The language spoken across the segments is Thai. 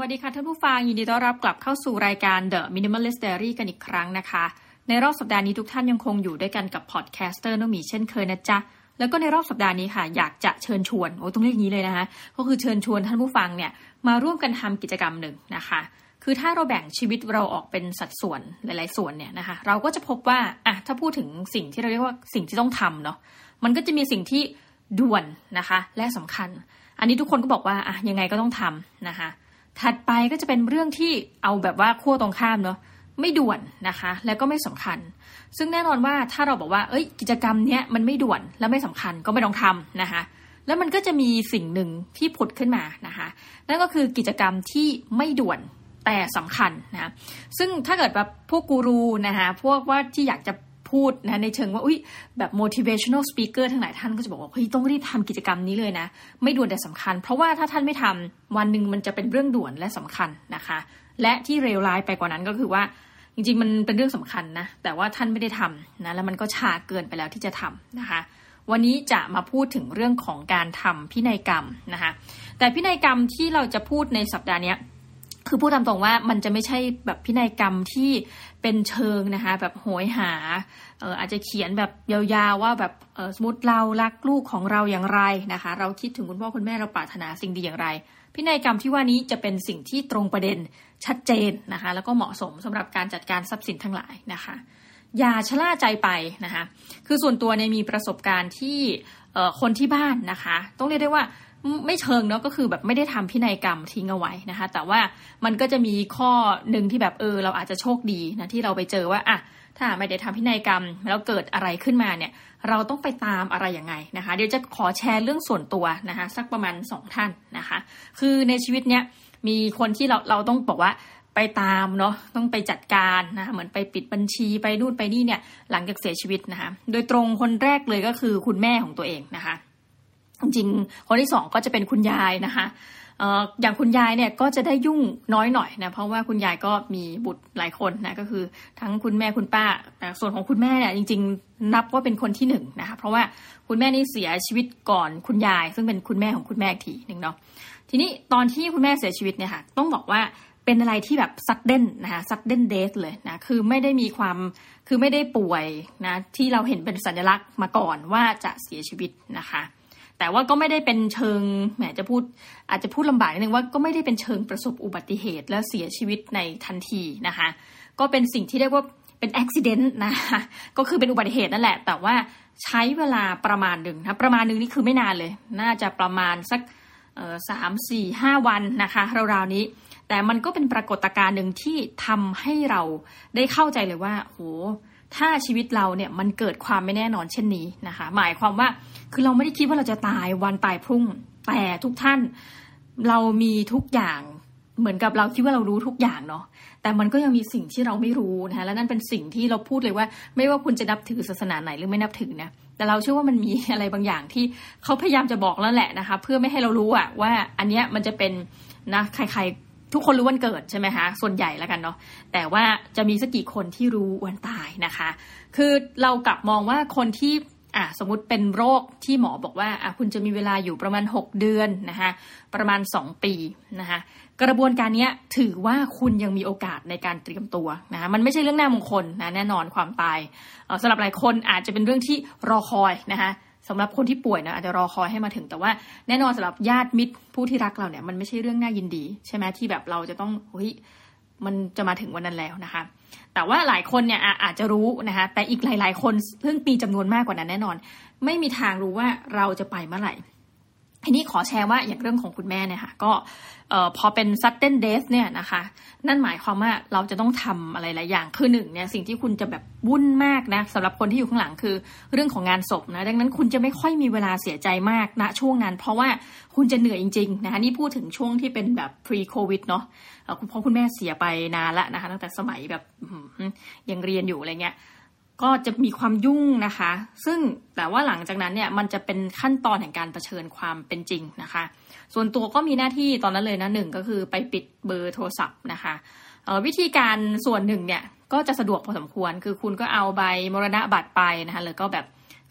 วัสดีค่ะท่านผู้ฟังยินดีต้อนรับกลับเข้าสู่รายการ The Minimalist Diary กันอีกครั้งนะคะในรอบสัปดาห์นี้ทุกท่านยังคงอยู่ด้วยกันกับพอดแคสเตอร์น้องหมีเช่นเคยนะจ๊ะแล้วก็ในรอบสัปดาห์นี้ค่ะอยากจะเชิญชวนต้องเรียกอย่างนี้เลยนะคะก็คือเชิญชวนท่านผู้ฟังเนี่ยมาร่วมกันทำกิจกรรมหนึ่งนะคะคือถ้าเราแบ่งชีวิตเราออกเป็นสัดส่วนหลายๆส่วนเนี่ยนะคะเราก็จะพบว่าถ้าพูดถึงสิ่งที่เราเรียกว่าสิ่งที่ต้องทำเนาะมันก็จะมีสิ่งที่ด่วนนะคะและสำคัญอันนี้ทุกคนก็บอกว่ายังไงก็ต้องทำนะคะถัดไปก็จะเป็นเรื่องที่เอาแบบว่าขั้วตรงข้ามเนาะไม่ด่วนนะคะแล้วก็ไม่สำคัญซึ่งแน่นอนว่าถ้าเราบอกว่ากิจกรรมเนี้ยมันไม่ด่วนและไม่สำคัญก็ไม่ต้องทำนะคะแล้วมันก็จะมีสิ่งหนึ่งที่ผุดขึ้นมานะคะนั่นก็คือกิจกรรมที่ไม่ด่วนแต่สำคัญนะซึ่งถ้าเกิดแบบพวกกูรูนะคะพวกว่าที่อยากจะพูดนะในเชิงว่าแบบ motivational speaker ทั้งหลายท่านก็จะบอกว่าต้องรีบทำกิจกรรมนี้เลยนะไม่ด่วนแต่สำคัญเพราะว่าถ้าท่านไม่ทำวันหนึ่งมันจะเป็นเรื่องด่วนและสำคัญนะคะและที่เลวร้ายไปกว่านั้นก็คือว่าจริงๆมันเป็นเรื่องสำคัญนะแต่ว่าท่านไม่ได้ทำนะแล้วมันก็ช้าเกินไปแล้วที่จะทำนะคะวันนี้จะมาพูดถึงเรื่องของการทำพินัยกรรมนะคะแต่พินัยกรรมที่เราจะพูดในสัปดาห์นี้คือพูดตามตรงว่ามันจะไม่ใช่แบบพินัยกรรมที่เป็นเชิงนะคะแบบโหยหาอาจจะเขียนแบบยาวๆว่าแบบสมมติเรารักลูกของเราอย่างไรนะคะเราคิดถึงคุณพ่อคุณแม่เราปรารถนาสิ่งดีอย่างไรพินัยกรรมที่ว่านี้จะเป็นสิ่งที่ตรงประเด็นชัดเจนนะคะแล้วก็เหมาะสมสำหรับการจัดการทรัพย์สินทั้งหลายนะคะอย่าชะล่าใจไปนะคะคือส่วนตัวเนี่ยมีประสบการณ์ที่คนที่บ้านนะคะต้องเรียกได้ว่าไม่เชิงเนาะก็คือแบบไม่ได้ทำพินัยกรรมทิ้งเอาไว้นะคะแต่ว่ามันก็จะมีข้อหนึ่งที่แบบเราอาจจะโชคดีนะที่เราไปเจอว่าถ้าไม่ได้ทำพินัยกรรมแล้วเกิดอะไรขึ้นมาเนี่ยเราต้องไปตามอะไรยังไงนะคะเดี๋ยวจะขอแชร์เรื่องส่วนตัวนะคะสักประมาณ2ท่านนะคะคือในชีวิตเนี้ยมีคนที่เราต้องบอกว่าไปตามเนาะต้องไปจัดการนะคะเหมือนไปปิดบัญชีไปนู่นไปนี่เนี่ยหลังจากเสียชีวิตนะคะโดยตรงคนแรกเลยก็คือคุณแม่ของตัวเองนะคะจริงๆคนที่สองก็จะเป็นคุณยายนะคะอย่างคุณยายเนี่ยก็จะได้ยุ่งน้อยหน่อยนะเพราะว่าคุณยายก็มีบุตรหลายคนนะก็คือทั้งคุณแม่คุณป้าแต่ส่วนของคุณแม่เนี่ยจริงๆนับว่าเป็นคนที่1นะคะเพราะว่าคุณแม่นี่เสียชีวิตก่อนคุณยายซึ่งเป็นคุณแม่ของคุณแม่อีกทีนึงเนาะทีนี้ตอนที่คุณแม่เสียชีวิตเนี่ยค่ะต้องบอกว่าเป็นอะไรที่แบบซัดเด้นนะคะซัดเด้นเดทเลยนะคือไม่ได้มีความคือไม่ได้ป่วยนะที่เราเห็นเป็นสัญลักษณ์มาก่อนว่าจะเสียชีวิตนะคะแต่ว่าก็ไม่ได้เป็นเชิงอาจจะพูดลำบากนิดนึงว่าก็ไม่ได้เป็นเชิงประสบอุบัติเหตุและเสียชีวิตในทันทีนะคะก็เป็นสิ่งที่เรียกว่าเป็นอุบัติเหตุนะคะก็คือเป็นอุบัติเหตุนั่นแหละแต่ว่าใช้เวลาประมาณหนึ่งนะประมาณหนึ่งนี่คือไม่นานเลยน่าจะประมาณสัก3-4-5 วันนะคะราวๆนี้แต่มันก็เป็นปรากฏการณ์หนึ่งที่ทำให้เราได้เข้าใจเลยว่าโหถ้าชีวิตเราเนี่ยมันเกิดความไม่แน่นอนเช่นนี้นะคะหมายความว่าคือเราไม่ได้คิดว่าเราจะตายวันตายพรุ่งแต่ทุกท่านเรามีทุกอย่างเหมือนกับเราคิดว่าเรารู้ทุกอย่างเนาะแต่มันก็ยังมีสิ่งที่เราไม่รู้นะคะและนั่นเป็นสิ่งที่เราพูดเลยว่าไม่ว่าคุณจะนับถือศาสนาไหนหรือไม่นับถือนะแต่เราเชื่อว่ามันมีอะไรบางอย่างที่เขาพยายามจะบอกแล้วแหละนะคะเพื่อไม่ให้เรารู้ว่าอันเนี้ยมันจะเป็นนะใครๆทุกคนรู้วันเกิดใช่ไหมคะส่วนใหญ่แล้วกันเนาะแต่ว่าจะมีสักกี่คนที่รู้วันตายนะคะคือเรากลับมองว่าคนที่สมมุติเป็นโรคที่หมอบอกว่าคุณจะมีเวลาอยู่ประมาณ6เดือนนะคะประมาณ2ปีนะคะกระบวนการนี้ถือว่าคุณยังมีโอกาสในการเตรียมตัวนะคะมันไม่ใช่เรื่องน่ามงคลนะแน่นอนความตายสำหรับหลายคนอาจจะเป็นเรื่องที่รอคอยนะคะสำหรับคนที่ป่วยนะอาจจะรอคอยให้มาถึงแต่ว่าแน่นอนสำหรับญาติมิตรผู้ที่รักเราเนี่ยมันไม่ใช่เรื่องน่ายินดีใช่ไหมที่แบบเราจะต้องมันจะมาถึงวันนั้นแล้วนะคะแต่ว่าหลายคนเนี่ยอาจจะรู้นะคะแต่อีกหลายๆคนเพิ่งมีจำนวนมากกว่านั้นแน่นอนไม่มีทางรู้ว่าเราจะไปเมื่อไหร่ทีนี้ขอแชร์ว่าอย่างเรื่องของคุณแม่เนี่ยค่ะก็พอเป็น sudden death เนี่ยนะคะนั่นหมายความว่าเราจะต้องทำอะไรหลายอย่างคือ1เนี่ยสิ่งที่คุณจะแบบวุ่นมากนะสำหรับคนที่อยู่ข้างหลังคือเรื่องของงานศพนะดังนั้นคุณจะไม่ค่อยมีเวลาเสียใจมากณช่วงนั้นเพราะว่าคุณจะเหนื่อยจริงๆนะคะนี่พูดถึงช่วงที่เป็นแบบ pre covid เนาะคุณพ่อคุณแม่เสียไปนานละนะคะตั้งแต่สมัยแบบยังเรียนอยู่อะไรเงี้ยก็จะมีความยุ่งนะคะซึ่งแต่ว่าหลังจากนั้นเนี่ยมันจะเป็นขั้นตอนแห่งการเผชิญความเป็นจริงนะคะส่วนตัวก็มีหน้าที่ตอนนั้นเลยนะ1ก็คือไปปิดเบอร์โทรศัพท์นะคะวิธีการส่วนหนึ่งเนี่ยก็จะสะดวกพอสมควรคือคุณก็เอาใบมรณบัตรไปนะคะแล้วก็แบบ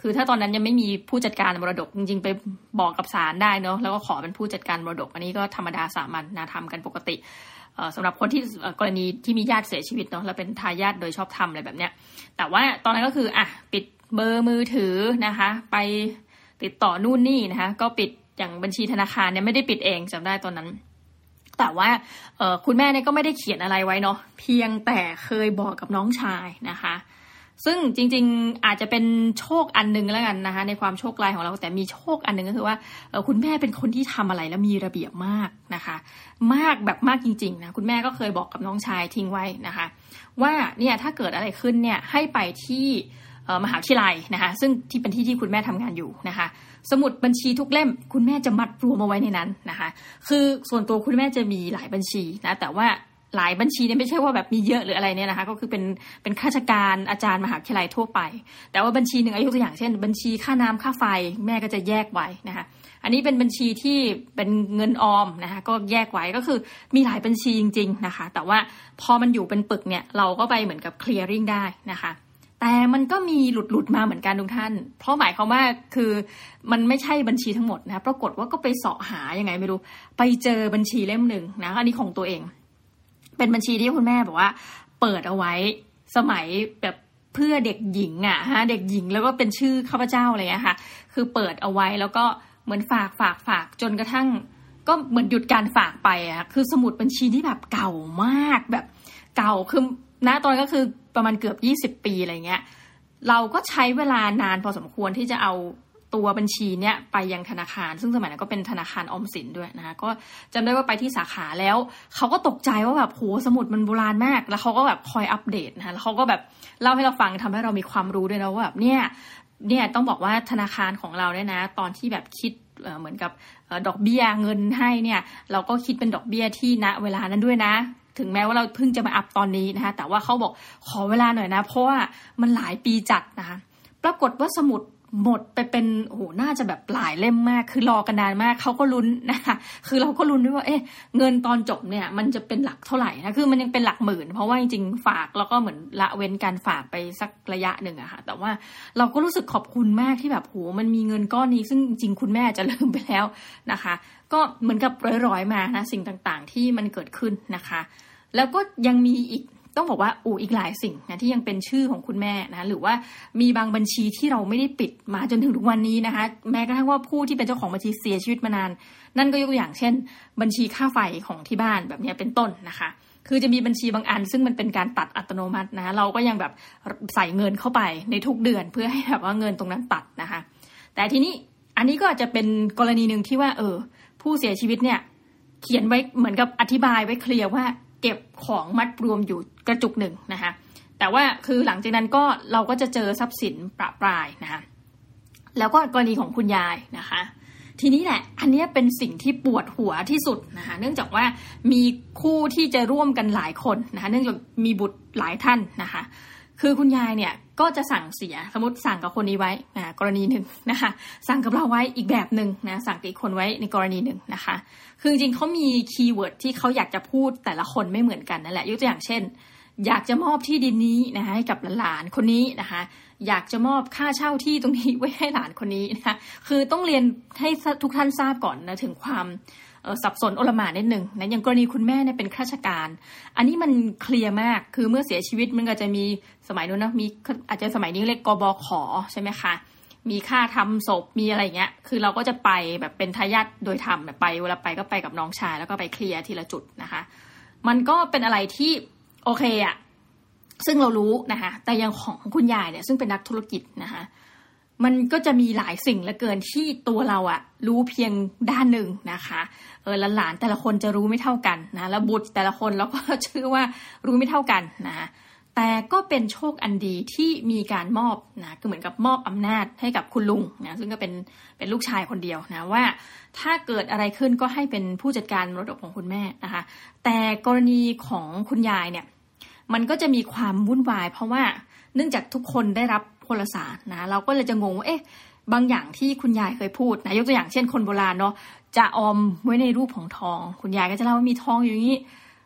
คือถ้าตอนนั้นยังไม่มีผู้จัดการมรดกจริงๆไปบอกกับศาลได้เนาะแล้วก็ขอเป็นผู้จัดการมรดกอันนี้ก็ธรรมดาสามัญนะทำกันปกติสำหรับคนที่กรณีที่มีญาติเสียชีวิตเนาะแล้วเป็นทายาทโดยชอบธรรมอะไรแบบเนี้ยแต่ว่าตอนนั้นก็คือปิดเบอร์มือถือนะคะไปติดต่อนู่นนี่นะคะก็ปิดอย่างบัญชีธนาคารเนี่ยไม่ได้ปิดเองจำได้ตอนนั้นแต่ว่าคุณแม่เนี่ยก็ไม่ได้เขียนอะไรไว้เนาะเพียงแต่เคยบอกกับน้องชายนะคะซึ่งจริงๆอาจจะเป็นโชคอันนึงแล้วกันนะคะในความโชคร้ายของเราแต่มีโชคอันนึงก็คือว่าคุณแม่เป็นคนที่ทำอะไรแล้วมีระเบียบมากนะคะมากแบบมากจริงๆนะคุณแม่ก็เคยบอกกับน้องชายทิ้งไว้นะคะว่าเนี่ยถ้าเกิดอะไรขึ้นเนี่ยให้ไปที่มหาวิทยาลัยนะคะซึ่งที่เป็นที่คุณแม่ทำงานอยู่นะคะสมุดบัญชีทุกเล่มคุณแม่จะมัดรวมเอาไว้ในนั้นนะคะคือส่วนตัวคุณแม่จะมีหลายบัญชีนะแต่ว่าหลายบัญชีเนี่ยไม่ใช่ว่าแบบมีเยอะหรืออะไรเนี่ยนะคะก็คือเป็นข้าราชการอาจารย์มหาวิทยาลัยทั่วไปแต่ว่าบัญชีหนึ่งยกตัวอย่างเช่นบัญชีค่าน้ำค่าไฟแม่ก็จะแยกไว้นะคะอันนี้เป็นบัญชีที่เป็นเงินออมนะคะก็แยกไว้ก็คือมีหลายบัญชีจริงๆนะคะแต่ว่าพอมันอยู่เป็นปึกเนี่ยเราก็ไปเหมือนกับ clearing ได้นะคะแต่มันก็มีหลุดมาเหมือนกันทุกท่านเพราะหมายความว่าคือมันไม่ใช่บัญชีทั้งหมดนะปรากฏว่าก็ไปเสาะหายังไงไม่รู้ไปเจอบัญชีเล่มหนึ่งนะอันนี้ของตัวเองเป็นบัญชีที่คุณแม่บอกว่าเปิดเอาไว้สมัยแบบเพื่อเด็กหญิงเด็กหญิงแล้วก็เป็นชื่อข้าพเจ้าอะไรอย่างเงี้ยค่ะคือเปิดเอาไว้แล้วก็เหมือนฝากจนกระทั่งก็เหมือนหยุดการฝากไปคือสมุดบัญชีที่แบบเก่ามากแบบเก่าคือณตอนก็คือประมาณเกือบ20 ปีอะไรเงี้ยเราก็ใช้เวลานานพอสมควรที่จะเอาตัวบัญชีเนี้ยไปยังธนาคารซึ่งสมัยนั้นก็เป็นธนาคารออมสินด้วยนะคะก็จำได้ว่าไปที่สาขาแล้วเขาก็ตกใจว่าแบบโหสมุดมันโบราณมากแล้วเขาก็แบบคอยอัปเดตนะคะแล้วเขาก็แบบเล่าให้เราฟังทำให้เรามีความรู้ด้วยนะว่าแบบเนี่ยต้องบอกว่าธนาคารของเราเนี่ยนะตอนที่แบบคิดเหมือนกับดอกเบี้ยเงินให้เนี่ยเราก็คิดเป็นดอกเบี้ยที่ณเวลานั้นด้วยนะถึงแม้ว่าเราเพิ่งจะมาอัพตอนนี้นะคะแต่ว่าเขาบอกขอเวลาหน่อยนะเพราะว่ามันหลายปีจัดนะคะปรากฏว่าสมุดหมดไปเป็นโอ้โหน่าจะแบบหลายเล่มมากคือรอกันนานมากเขาก็ลุ้นนะคะคือเราก็ลุ้นด้วยว่าเงินตอนจบเนี่ยมันจะเป็นหลักเท่าไหร่นะคือมันยังเป็นหลักหมื่นเพราะว่าจริงๆฝากแล้วก็เหมือนละเว้นการฝากไปสักระยะหนึ่งอะค่ะแต่ว่าเราก็รู้สึกขอบคุณมากที่แบบโหมันมีเงินก้อนนี้ซึ่งจริงๆคุณแม่จะลืมไปแล้วนะคะก็เหมือนกับร้อยๆมานะสิ่งต่างๆที่มันเกิดขึ้นนะคะแล้วก็ยังมีอีกต้องบอกว่าอีกหลายสิ่งนะที่ยังเป็นชื่อของคุณแม่นะหรือว่ามีบางบัญชีที่เราไม่ได้ปิดมาจนถึงทุกวันนี้นะคะแม้กระทั่งว่าผู้ที่เป็นเจ้าของบัญชีเสียชีวิตมานานนั่นก็ยกตัวอย่างเช่นบัญชีค่าไฟของที่บ้านแบบนี้เป็นต้นนะคะคือจะมีบัญชีบางอันซึ่งมันเป็นการตัดอัตโนมัตินะเราก็ยังแบบใส่เงินเข้าไปในทุกเดือนเพื่อให้แบบว่าเงินตรงนั้นตัดนะคะแต่ทีนี้อันนี้ก็อาจจะเป็นกรณีนึงที่ว่าผู้เสียชีวิตเนี่ยเขียนไว้เหมือนกับอธิบายไว้เคลียร์ว่าเก็บของมัดรวมอยู่กระจุกหนึ่งนะคะแต่ว่าคือหลังจากนั้นก็เราก็จะเจอทรัพย์สินประปรายนะคะแล้วก็กรณีของคุณยายนะคะทีนี้แหละอันนี้เป็นสิ่งที่ปวดหัวที่สุดนะคะเนื่องจากว่ามีคู่ที่จะร่วมกันหลายคนนะคะเนื่องจากมีบุตรหลายท่านนะคะคือคุณยายเนี่ยก็จะสั่งเสียสมมติสั่งกับคนนี้ไว้กรณีหนึ่งนะคะสั่งกับเราไว้อีกแบบหนึ่งนะสั่งกับอีกคนไว้ในกรณีหนึ่งนะคะคือจริงๆเขามีคีย์เวิร์ดที่เขาอยากจะพูดแต่ละคนไม่เหมือนกันนั่นแหละยกตัวอย่างเช่นอยากจะมอบที่ดินนี้นะคะให้กับหลานคนนี้นะคะอยากจะมอบค่าเช่าที่ตรงนี้ไว้ให้หลานคนนี้นะคะคือต้องเรียนให้ทุกท่านทราบก่อนนะถึงความสับสนโอลหม่านนิดนึงนะอย่างกรณีคุณแม่เนี่ยเป็นข้าราชการอันนี้มันเคลียร์มากคือเมื่อเสียชีวิตมันก็จะมีสมัยนู้นนะมีอาจจะสมัยนี้เรียกกบข.ใช่ไหมคะมีค่าทำศพมีอะไรเงี้ยคือเราก็จะไปแบบเป็นทายาทโดยธรรมแบบไปเวลาไปก็ไปกับน้องชายแล้วก็ไปเคลียร์ทีละจุดนะคะมันก็เป็นอะไรที่โอเคอะซึ่งเรารู้นะคะแต่อย่างของคุณยายเนี่ยซึ่งเป็นนักธุรกิจนะคะมันก็จะมีหลายสิ่งเหลือเกินที่ตัวเราอะรู้เพียงด้านหนึ่งนะคะหลานแต่ละคนจะรู้ไม่เท่ากันนะแล้วบุตรแต่ละคนเราก็เชื่อว่ารู้ไม่เท่ากันนะแต่ก็เป็นโชคอันดีที่มีการมอบนะคือเหมือนกับมอบอำนาจให้กับคุณลุงนะซึ่งก็เป็นลูกชายคนเดียวนะว่าถ้าเกิดอะไรขึ้นก็ให้เป็นผู้จัดการมรดกของคุณแม่นะคะแต่กรณีของคุณยายเนี่ยมันก็จะมีความวุ่นวายเพราะว่าเนื่องจากทุกคนได้รับคนละสารนะเราก็เลยจะงงว่าบางอย่างที่คุณยายเคยพูดนะยกตัวอย่างเช่นคนโบราณเนาะจะออมไว้ในรูปของทองคุณยายก็จะเล่าว่ามีทองอยู่อย่างนี้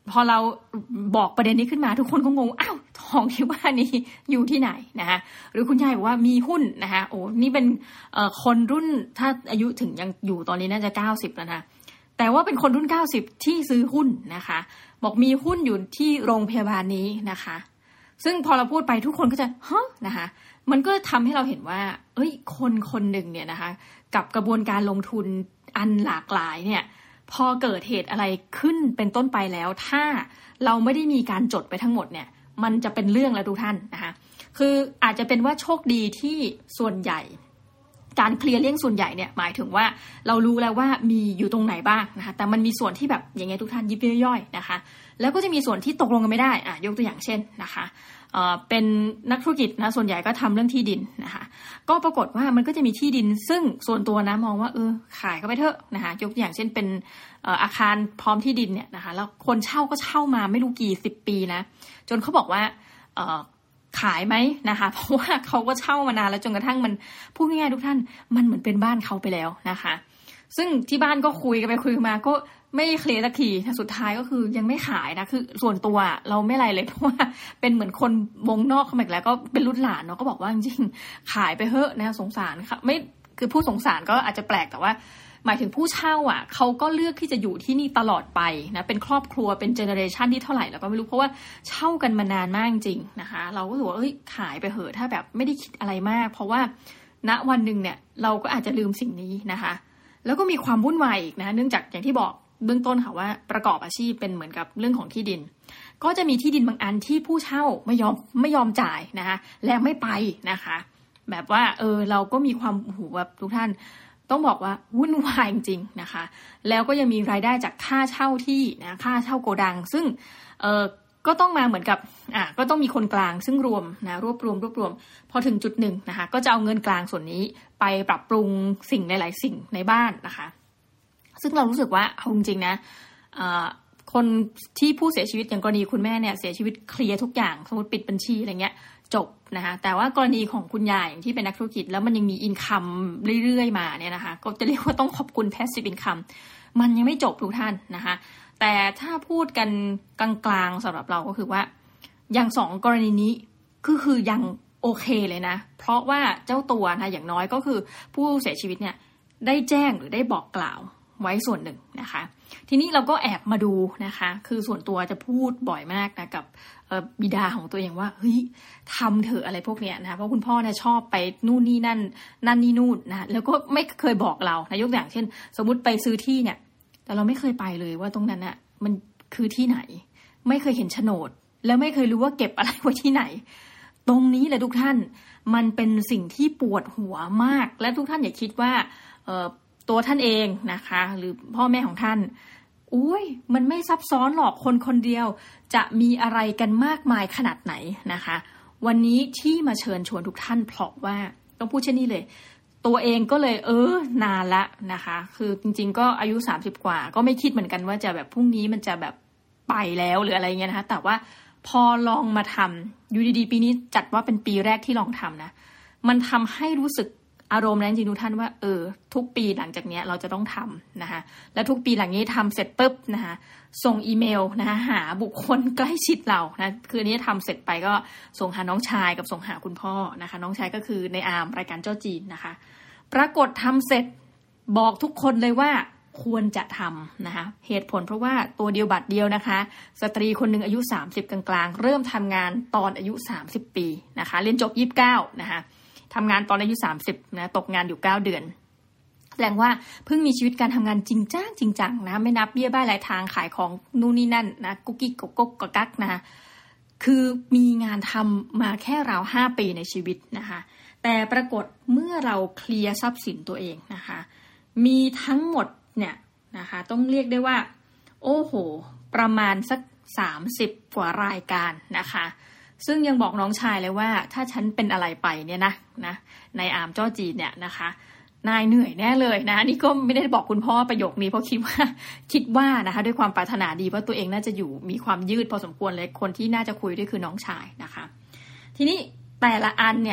พอเราบอกประเด็นนี้ขึ้นมาทุกคนก็งงอ้าวทองที่ว่านี้อยู่ที่ไหนนะคะหรือคุณยายบอกว่ามีหุ้นนะคะโอ้นี่เป็นคนรุ่นถ้าอายุถึงยังอยู่ตอนนี้น่าจะ90แล้วนะแต่ว่าเป็นคนรุ่น90ที่ซื้อหุ้นนะคะบอกมีหุ้นอยู่ที่โรงพยาบาลนี้นะคะซึ่งพอเราพูดไปทุกคนก็จะฮะนะคะมันก็ทำให้เราเห็นว่าคนหนึ่งเนี่ยนะคะกับกระบวนการลงทุนอันหลากหลายเนี่ยพอเกิดเหตุอะไรขึ้นเป็นต้นไปแล้วถ้าเราไม่ได้มีการจดไปทั้งหมดเนี่ยมันจะเป็นเรื่องแล้วทุกท่านนะคะคืออาจจะเป็นว่าโชคดีที่ส่วนใหญ่การเคลียร์เรื่องส่วนใหญ่เนี่ยหมายถึงว่าเรารู้แล้วว่ามีอยู่ตรงไหนบ้างนะคะแต่มันมีส่วนที่แบบอย่างเงี้ยทุกท่านยิบย่อยๆนะคะแล้วก็จะมีส่วนที่ตกลงกันไม่ได้ยกตัวอย่างเช่นนะคะเป็นนักธุรกิจนะส่วนใหญ่ก็ทำเรื่องที่ดินนะคะก็ปรากฏว่ามันก็จะมีที่ดินซึ่งส่วนตัวนะมองว่าขายก็ไปเถอะนะคะยกตัวอย่างเช่นเป็นอาคารพร้อมที่ดินเนี่ยนะคะแล้วคนเช่าก็เช่ามาไม่รู้กี่10 ปีนะจนเขาบอกว่าขายไหมนะคะเพราะว่าเขาก็เช่ามานานแล้วจนกระทั่งมันพูดง่ายๆทุกท่านมันเหมือนเป็นบ้านเขาไปแล้วนะคะซึ่งที่บ้านก็คุยกันไปคุยมาก็ไม่เคลียร์สักทีสุดท้ายก็คือยังไม่ขายนะคือส่วนตัวเราไม่อะไรเลยเพราะว่าเป็นเหมือนคนวงนอกเข้ามาอีกแล้วก็เป็นรุ่นหลานเนาะก็บอกว่าจริงๆขายไปเถอะนะสงสารค่ะไม่คือผู้สงสารก็อาจจะแปลกแต่ว่าหมายถึงผู้เช่าเขาก็เลือกที่จะอยู่ที่นี่ตลอดไปนะเป็นครอบครัวเป็นเจเนอเรชันที่เท่าไหร่แล้วก็ไม่รู้เพราะว่าเช่ากันมานานมากจริงนะคะเราก็รู้สึกว่าขายไปเถอะถ้าแบบไม่ได้คิดอะไรมากเพราะว่าณวันหนึ่งเนี่ยเราก็อาจจะลืมสิ่งนี้นะคะแล้วก็มีความวุ่นวายอีกนะเนื่องจากอย่างที่บอกเบื้องต้นค่ะว่าประกอบอาชีพเป็นเหมือนกับเรื่องของที่ดินก็จะมีที่ดินบางอันที่ผู้เช่าไม่ยอมจ่ายนะคะและไม่ไปนะคะแบบว่าเราก็มีความแบบทุกท่านต้องบอกว่าวุ่นวายจริงๆนะคะแล้วก็ยังมีรายได้จากค่าเช่าที่นะค่าเช่าโกดังซึ่งก็ต้องมาเหมือนกับก็ต้องมีคนกลางซึ่งรวมนะรวบรวมพอถึงจุดหนึ่งนะคะก็จะเอาเงินกลางส่วนนี้ไปปรับปรุงสิ่งหลายๆสิ่งในบ้านนะคะซึ่งเรารู้สึกว่าเอาจริงๆนะคนที่ผู้เสียชีวิตอย่างกรณีคุณแม่เนี่ยเสียชีวิตเคลียร์ทุกอย่างสมมติปิดบัญชีอะไรเงี้ยจบนะคะแต่ว่ากรณีของคุณยายที่เป็นนักธุรกิจแล้วมันยังมีอินคัมเรื่อยๆมาเนี่ยนะคะก็จะเรียกว่าต้องขอบคุณ passive income มันยังไม่จบทุกท่านนะคะแต่ถ้าพูดกันกลางๆสำหรับเราก็คือว่าอย่าง2 กรณีนี้คือยังโอเคเลยนะเพราะว่าเจ้าตัวนะอย่างน้อยก็คือผู้เสียชีวิตเนี่ยได้แจ้งหรือได้บอกกล่าวไว้ส่วนหนึ่งนะคะทีนี้เราก็แอบมาดูนะคะคือส่วนตัวจะพูดบ่อยมากนะกับบิดาของตัวเองว่าเฮ้ยทำเถอะอะไรพวกเนี้ยนะคะเพราะคุณพ่อเนี่ยชอบไปนู่นนี่นั่นนี่นู่นนะแล้วก็ไม่เคยบอกเรานะยกตัวอย่างเช่นสมมุติไปซื้อที่เนี่ยแต่เราไม่เคยไปเลยว่าตรงนั้นน่ะมันคือที่ไหนไม่เคยเห็นโฉนดแล้วไม่เคยรู้ว่าเก็บอะไรไว้ที่ไหนตรงนี้แหละทุกท่านมันเป็นสิ่งที่ปวดหัวมากและทุกท่านอย่าคิดว่าตัวท่านเองนะคะหรือพ่อแม่ของท่านมันไม่ซับซ้อนหรอกคนเดียวจะมีอะไรกันมากมายขนาดไหนนะคะวันนี้ที่มาเชิญชวนทุกท่านเพราะว่าต้องพูดเช่นนี้เลยตัวเองก็เลยนานละนะคะคือจริงๆก็อายุ30 กว่าก็ไม่คิดเหมือนกันว่าจะแบบพรุ่งนี้มันจะแบบไปแล้วหรืออะไรเงี้ยนะคะแต่ว่าพอลองมาทำอยู่ดีๆปีนี้จัดว่าเป็นปีแรกที่ลองทำนะมันทำให้รู้สึกอารมณ์นั้นจริงทุกท่านว่าทุกปีหลังจากนี้เราจะต้องทำนะคะและทุกปีหลังนี้ทำเสร็จปุ๊บนะคะส่งอีเมลนะคะหาบุคคลใกล้ชิดเรานะคืออันนี้ทำเสร็จไปก็ส่งหาน้องชายกับส่งหาคุณพ่อนะคะน้องชายก็คือในอาร์มรายการเจ้าจีนนะคะปรากฏทำเสร็จบอกทุกคนเลยว่าควรจะทำนะคะเหตุผลเพราะว่าตัวเดียวบัตรเดียวนะคะสตรีคนหนึ่งอายุ30กลางๆเริ่มทำงานตอนอายุ30 ปีนะคะเรียนจบ29นะคะทำงานตอนอายุ30นะตกงานอยู่9 เดือนแสดงว่าเพิ่งมีชีวิตการทำงานจริงจังนะไม่นับเบี้ยบ้ายรายทางขายของนู่นนี่นั่นนะกุ๊กกิ๊กก๊กกักนะคือมีงานทำมาแค่ราว5 ปีในชีวิตนะคะแต่ปรากฏเมื่อเราเคลียร์ทรัพย์สินตัวเองนะคะมีทั้งหมดเนี่ยนะคะต้องเรียกได้ว่าประมาณสัก30 กว่ารายการนะคะซึ่งยังบอกน้องชายเลยว่าถ้าฉันเป็นอะไรไปเนี่ยนะในอาร์มจ้อจีนเนี่ยนะคะนายเหนื่อยแน่เลยนะนี่ก็ไม่ได้บอกคุณพ่อประโยคนี้เพราะคิดว่านะคะด้วยความปรารถนาดีว่าตัวเองน่าจะอยู่มีความยืดพอสมควรเลยคนที่น่าจะคุยด้วยคือน้องชายนะคะทีนี้แต่ละอันเนี่ย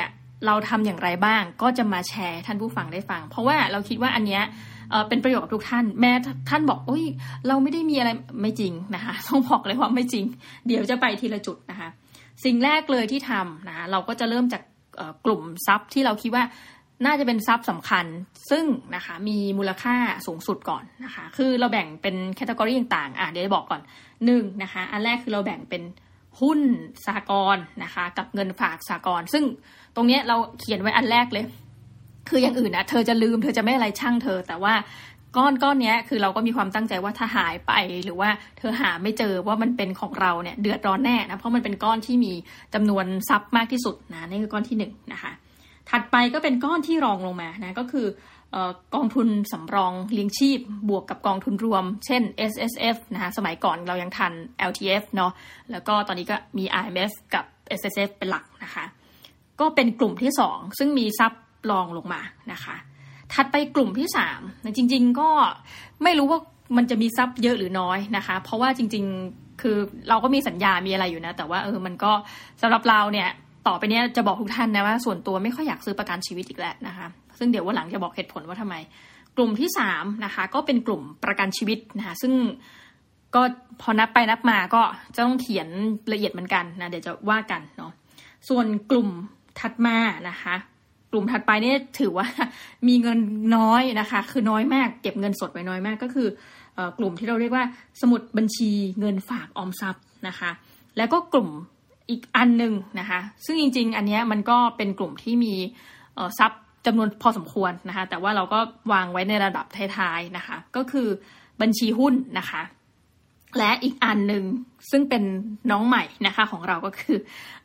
เราทำอย่างไรบ้างก็จะมาแชร์ท่านผู้ฟังได้ฟังเพราะว่าเราคิดว่าอันเนี้ยเป็นประโยชน์กับทุกท่านแม้ท่านบอกโอ้ยเราไม่ได้มีอะไรไม่จริงนะคะต้องบอกเลยว่าไม่จริงเดี๋ยวจะไปทีละจุดนะคะสิ่งแรกเลยที่ทำนะคะเราก็จะเริ่มจากกลุ่มทรัพย์ที่เราคิดว่าน่าจะเป็นทรัพย์สำคัญซึ่งนะคะมีมูลค่าสูงสุดก่อนนะคะคือเราแบ่งเป็นแคตตากรีต่างๆเดี๋ยวจะบอกก่อน1นะคะอันแรกคือเราแบ่งเป็นหุ้นสหกรณ์นะคะกับเงินฝากสหกรณ์ซึ่งตรงนี้เราเขียนไว้อันแรกเลยคืออย่างอื่นนะเธอจะลืมเธอจะไม่อะไรช่างเธอแต่ว่าก้อนนี้คือเราก็มีความตั้งใจว่าถ้าหายไปหรือว่าเธอหาไม่เจอว่ามันเป็นของเราเนี่ยเดือดร้อนแน่นะเพราะมันเป็นก้อนที่มีจำนวนทรัพย์มากที่สุดนะนี่คือก้อนที่1นะคะถัดไปก็เป็นก้อนที่รองลงมานะก็คือกองทุนสำรองเลี้ยงชีพบวกกับกองทุนรวมเช่น SSF นะคะสมัยก่อนเรายังทัน LTF เนาะแล้วก็ตอนนี้ก็มี IMF กับ SSF เป็นหลักนะคะก็เป็นกลุ่มที่2ซึ่งมีทรัพย์รองลงมานะคะถัดไปกลุ่มที่3จริงๆก็ไม่รู้ว่ามันจะมีทรัพย์เยอะหรือน้อยนะคะเพราะว่าจริงๆคือเราก็มีสัญญามีอะไรอยู่นะแต่ว่ามันก็สำหรับเราเนี่ยต่อไปเนี้ยจะบอกทุกท่านนะว่าส่วนตัวไม่ค่อยอยากซื้อประกันชีวิตอีกแล้วนะคะซึ่งเดี๋ยววันหลังจะบอกเหตุผลว่าทำไมกลุ่มที่3นะคะก็เป็นกลุ่มประกันชีวิตนะคะซึ่งก็พอนับไปนับมาก็จะต้องเขียนละเอียดเหมือนกันนะเดี๋ยวจะว่ากันเนาะส่วนกลุ่มถัดมานะคะกลุ่มถัดไปนี่ถือว่ามีเงินน้อยนะคะคือน้อยมากเก็บเงินสดไว้น้อยมากก็คือกลุ่มที่เราเรียกว่าสมุดบัญชีเงินฝากออมทรัพย์นะคะแล้วก็กลุ่มอีกอันนึงนะคะซึ่งจริงๆอันนี้มันก็เป็นกลุ่มที่มีทรัพย์จำนวนพอสมควรนะคะแต่ว่าเราก็วางไว้ในระดับท้ายๆนะคะก็คือบัญชีหุ้นนะคะและอีกอันนึงซึ่งเป็นน้องใหม่นะคะของเราก็คือ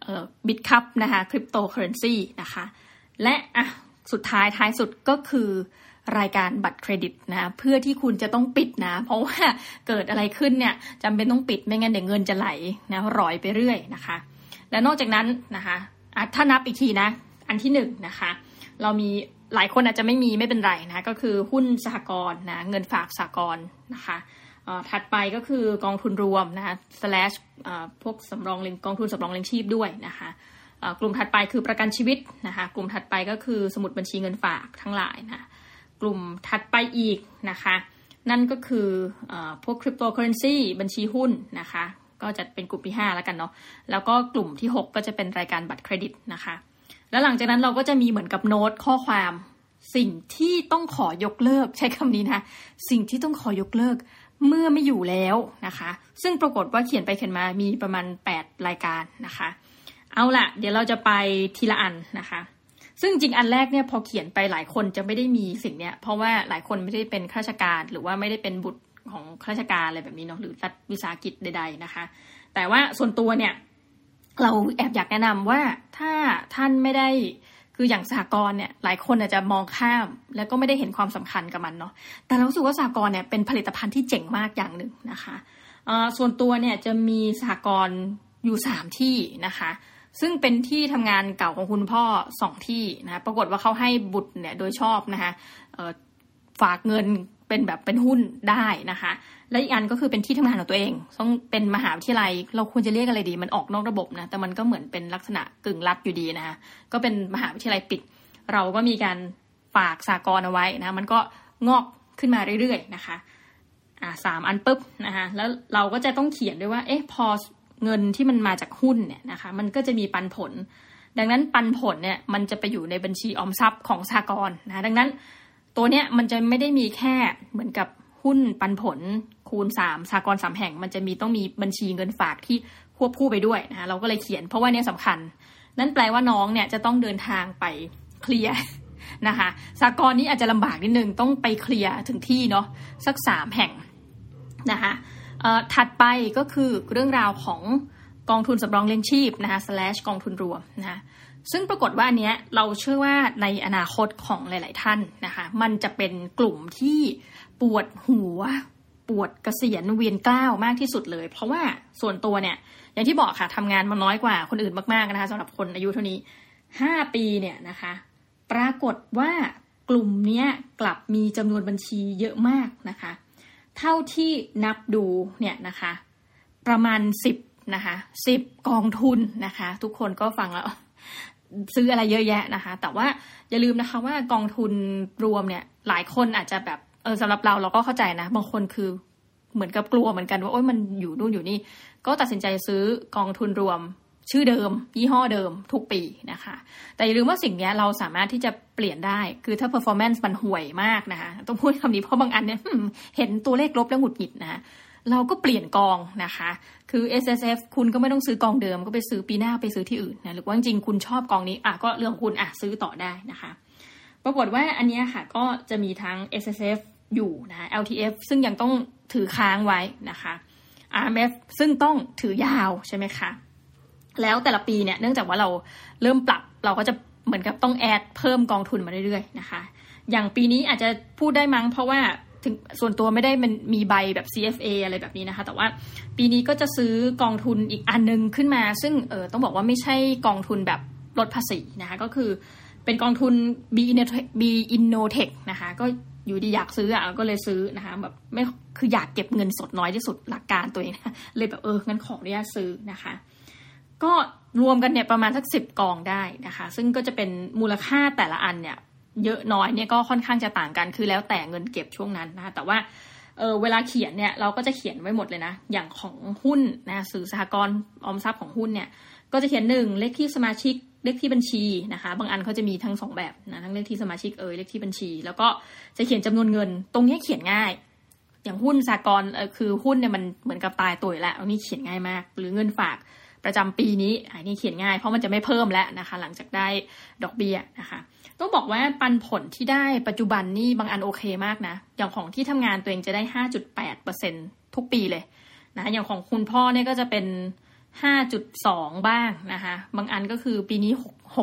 Bitcupนะคะคริปโตเคอเรนซีนะคะและสุดท้ายสุดก็คือรายการบัตรเครดิตนะเพื่อที่คุณจะต้องปิดนะเพราะว่าเกิดอะไรขึ้นเนี่ยจำเป็นต้องปิดไม่งั้นเดี๋ยวเงินจะไหลนะร่อยไปเรื่อยนะคะและนอกจากนั้นนะคะถ้านับอีกทีนะอันที่1นะคะเรามีหลายคนอาจจะไม่เป็นไรนะก็คือหุ้นสหกรณ์นะเงินฝากสหกรณ์นะคะถัดไปก็คือกองทุนรวมนะคะ / พวกสำรองกองทุนสำรองเลี้ยงชีพด้วยนะคะกลุ่มถัดไปคือประกันชีวิตนะคะกลุ่มถัดไปก็คือสมุดบัญชีเงินฝากทั้งหลายนะกลุ่มถัดไปอีกนะคะนั่นก็คือพวกคริปโตเคอเรนซีบัญชีหุ้นนะคะก็จะเป็นกลุ่มที่5แล้วกันเนาะแล้วก็กลุ่มที่6ก็จะเป็นรายการบัตรเครดิตนะคะแล้วหลังจากนั้นเราก็จะมีเหมือนกับโน้ตข้อความสิ่งที่ต้องขอยกเลิกใช้คำนี้นะสิ่งที่ต้องขอยกเลิกเมื่อไม่อยู่แล้วนะคะซึ่งปรากฏว่าเขียนไปเขียนมามีประมาณ8รายการนะคะเอาล่ะเดี๋ยวเราจะไปทีละอันนะคะซึ่งจริงอันแรกเนี่ยพอเขียนไปหลายคนจะไม่ได้มีสิ่งเนี้ยเพราะว่าหลายคนไม่ได้เป็นข้าราชการหรือว่าไม่ได้เป็นบุตรของข้าราชการอะไรแบบนี้เนาะหรือรัฐวิสาหกิจใดๆนะคะแต่ว่าส่วนตัวเนี่ยเราแอบอยากแนะนำว่าถ้าท่านไม่ได้คืออย่างสหกรณ์เนี่ยหลายคนอาจจะมองข้ามแล้วก็ไม่ได้เห็นความสำคัญกับมันเนาะแต่เรารู้สึกว่าสหกรณ์เนี่ยเป็นผลิตภัณฑ์ที่เจ๋งมากอย่างหนึ่งนะคะส่วนตัวเนี่ยจะมีสหกรณ์อยู่3ที่นะคะซึ่งเป็นที่ทำงานเก่าของคุณพ่อ2ที่นะปรากฏว่าเขาให้บุตรเนี่ยโดยชอบนะคะฝากเงินเป็นหุ้นได้นะคะและอีกอันก็คือเป็นที่ทำงานของตัวเองต้องเป็นมหาวิทยาลัยเราควรจะเรียกอะไรดีมันออกนอกระบบนะแต่มันก็เหมือนเป็นลักษณะกึ่งรัฐอยู่ดีนะคะก็เป็นมหาวิทยาลัยปิดเราก็มีการฝากสหกรณ์เอาไว้นะมันก็งอกขึ้นมาเรื่อยๆนะคะ3อันปุ๊บนะคะแล้วเราก็จะต้องเขียนด้วยว่าพอเงินที่มันมาจากหุ้นเนี่ยนะคะมันก็จะมีปันผลดังนั้นปันผลเนี่ยมันจะไปอยู่ในบัญชีออมทรัพย์ของสหกรณ์นะดังนั้นตัวเนี้ยมันจะไม่ได้มีแค่เหมือนกับหุ้นปันผลคูณ3สหกรณ์3แห่งมันจะต้องมีบัญชีเงินฝากที่ควบคู่ไปด้วยนะคะเราก็เลยเขียนเพราะว่าเนี่ยสำคัญนั่นแปลว่าน้องเนี่ยจะต้องเดินทางไปเคลียร์นะคะสหกรณ์นี้อาจจะลำบากนิดนึงต้องไปเคลียร์ถึงที่เนาะสัก3แห่งนะคะถัดไปก็คือเรื่องราวของกองทุนสำรองเลี้ยงชีพนะคะ / กองทุนรวมนะคะซึ่งปรากฏว่าอันเนี้ยเราเชื่อว่าในอนาคตของหลายๆท่านนะคะมันจะเป็นกลุ่มที่ปวดหัวปวดเกษียณเวียนเกล้ามากที่สุดเลยเพราะว่าส่วนตัวเนี่ยอย่างที่บอกค่ะทำงานมาน้อยกว่าคนอื่นมากๆนะคะสำหรับคนอายุเท่านี้5ปีเนี่ยนะคะปรากฏว่ากลุ่มเนี้ยกลับมีจำนวนบัญชีเยอะมากนะคะเท่าที่นับดูเนี่ยนะคะประมาณ10นะคะ10กองทุนนะคะทุกคนก็ฟังแล้วซื้ออะไรเยอะแยะนะคะแต่ว่าอย่าลืมนะคะว่ากองทุนรวมเนี่ยหลายคนอาจจะแบบสำหรับเราก็เข้าใจนะบางคนคือเหมือนกับกลัวเหมือนกันว่าโอ๊ยมันอยู่นู่นอยู่นี่ก็ตัดสินใจซื้อกองทุนรวมชื่อเดิมยี่ห้อเดิมทุกปีนะคะแต่อย่าลืมว่าสิ่งนี้เราสามารถที่จะเปลี่ยนได้คือถ้า performance มันห่วยมากนะคะต้องพูดคำนี้เพราะบางอันเนี่ยเห็นตัวเลขลบแล้วหงุดหงิดนะเราก็เปลี่ยนกองนะคะคือ SSF คุณก็ไม่ต้องซื้อกองเดิมก็ไปซื้อปีหน้าไปซื้อที่อื่นนะหรือว่าจริงๆคุณชอบกองนี้ก็เรื่องคุณซื้อต่อได้นะคะปรากฏว่าอันนี้ค่ะก็จะมีทั้ง SSF อยู่นะ LTF ซึ่งยังต้องถือค้างไว้นะคะ RMF ซึ่งต้องถือยาวใช่ไหมคะแล้วแต่ละปีเนี่ยเนื่องจากว่าเราเริ่มปรับเราก็จะเหมือนกับต้องแอดเพิ่มกองทุนมาเรื่อยๆนะคะอย่างปีนี้อาจจะพูดได้มั้งเพราะว่าถึงส่วนตัวไม่ได้มันมีใบแบบ CFA อะไรแบบนี้นะคะแต่ว่าปีนี้ก็จะซื้อกองทุนอีกอันนึงขึ้นมาซึ่งต้องบอกว่าไม่ใช่กองทุนแบบลดภาษีนะคะก็คือเป็นกองทุน B Innotech นะคะก็อยู่ดีอยากซื้อก็เลยซื้อนะคะแบบไม่คืออยากเก็บเงินสดน้อยที่สุดหลักการตัวเองนะเลยแบบงั้นขออนุญาตซื้อนะคะก็รวมกันเนี่ยประมาณสัก10กองได้นะคะซึ่งก็จะเป็นมูลค่าแต่ละอันเนี่ยเยอะน้อยเนี่ยก็ค่อนข้างจะต่างกันคือแล้วแต่เงินเก็บช่วงนั้นนะคะแต่ว่าเวลาเขียนเนี่ยเราก็จะเขียนไว้หมดเลยนะอย่างของหุ้นนะสื่อสหกรณ์ออมทรัพย์ของหุ้นเนี่ยก็จะเขียน1เลขที่สมาชิกเลขที่บัญชีนะคะบางอันเขาจะมีทั้ง2แบบนะทั้งเลขที่สมาชิกเลขที่บัญชีแล้วก็จะเขียนจำนวนเงินตรงนี้เขียนง่ายอย่างหุ้นสหกรณ์คือหุ้นเนี่ยมันเหมือนกับตายตัวแล้วอันนี้เขียนง่ายมากหรือเงินฝากประจำปีนี้อันนี้เขียนง่ายเพราะมันจะไม่เพิ่มแล้วนะคะหลังจากได้ดอกเบี้ยนะคะต้องบอกว่าปันผลที่ได้ปัจจุบันนี่บางอันโอเคมากนะอย่างของที่ทำงานตัวเองจะได้ 5.8% ทุกปีเลยนะอย่างของคุณพ่อเนี่ยก็จะเป็น 5.2 บ้างนะคะบางอันก็คือปีนี้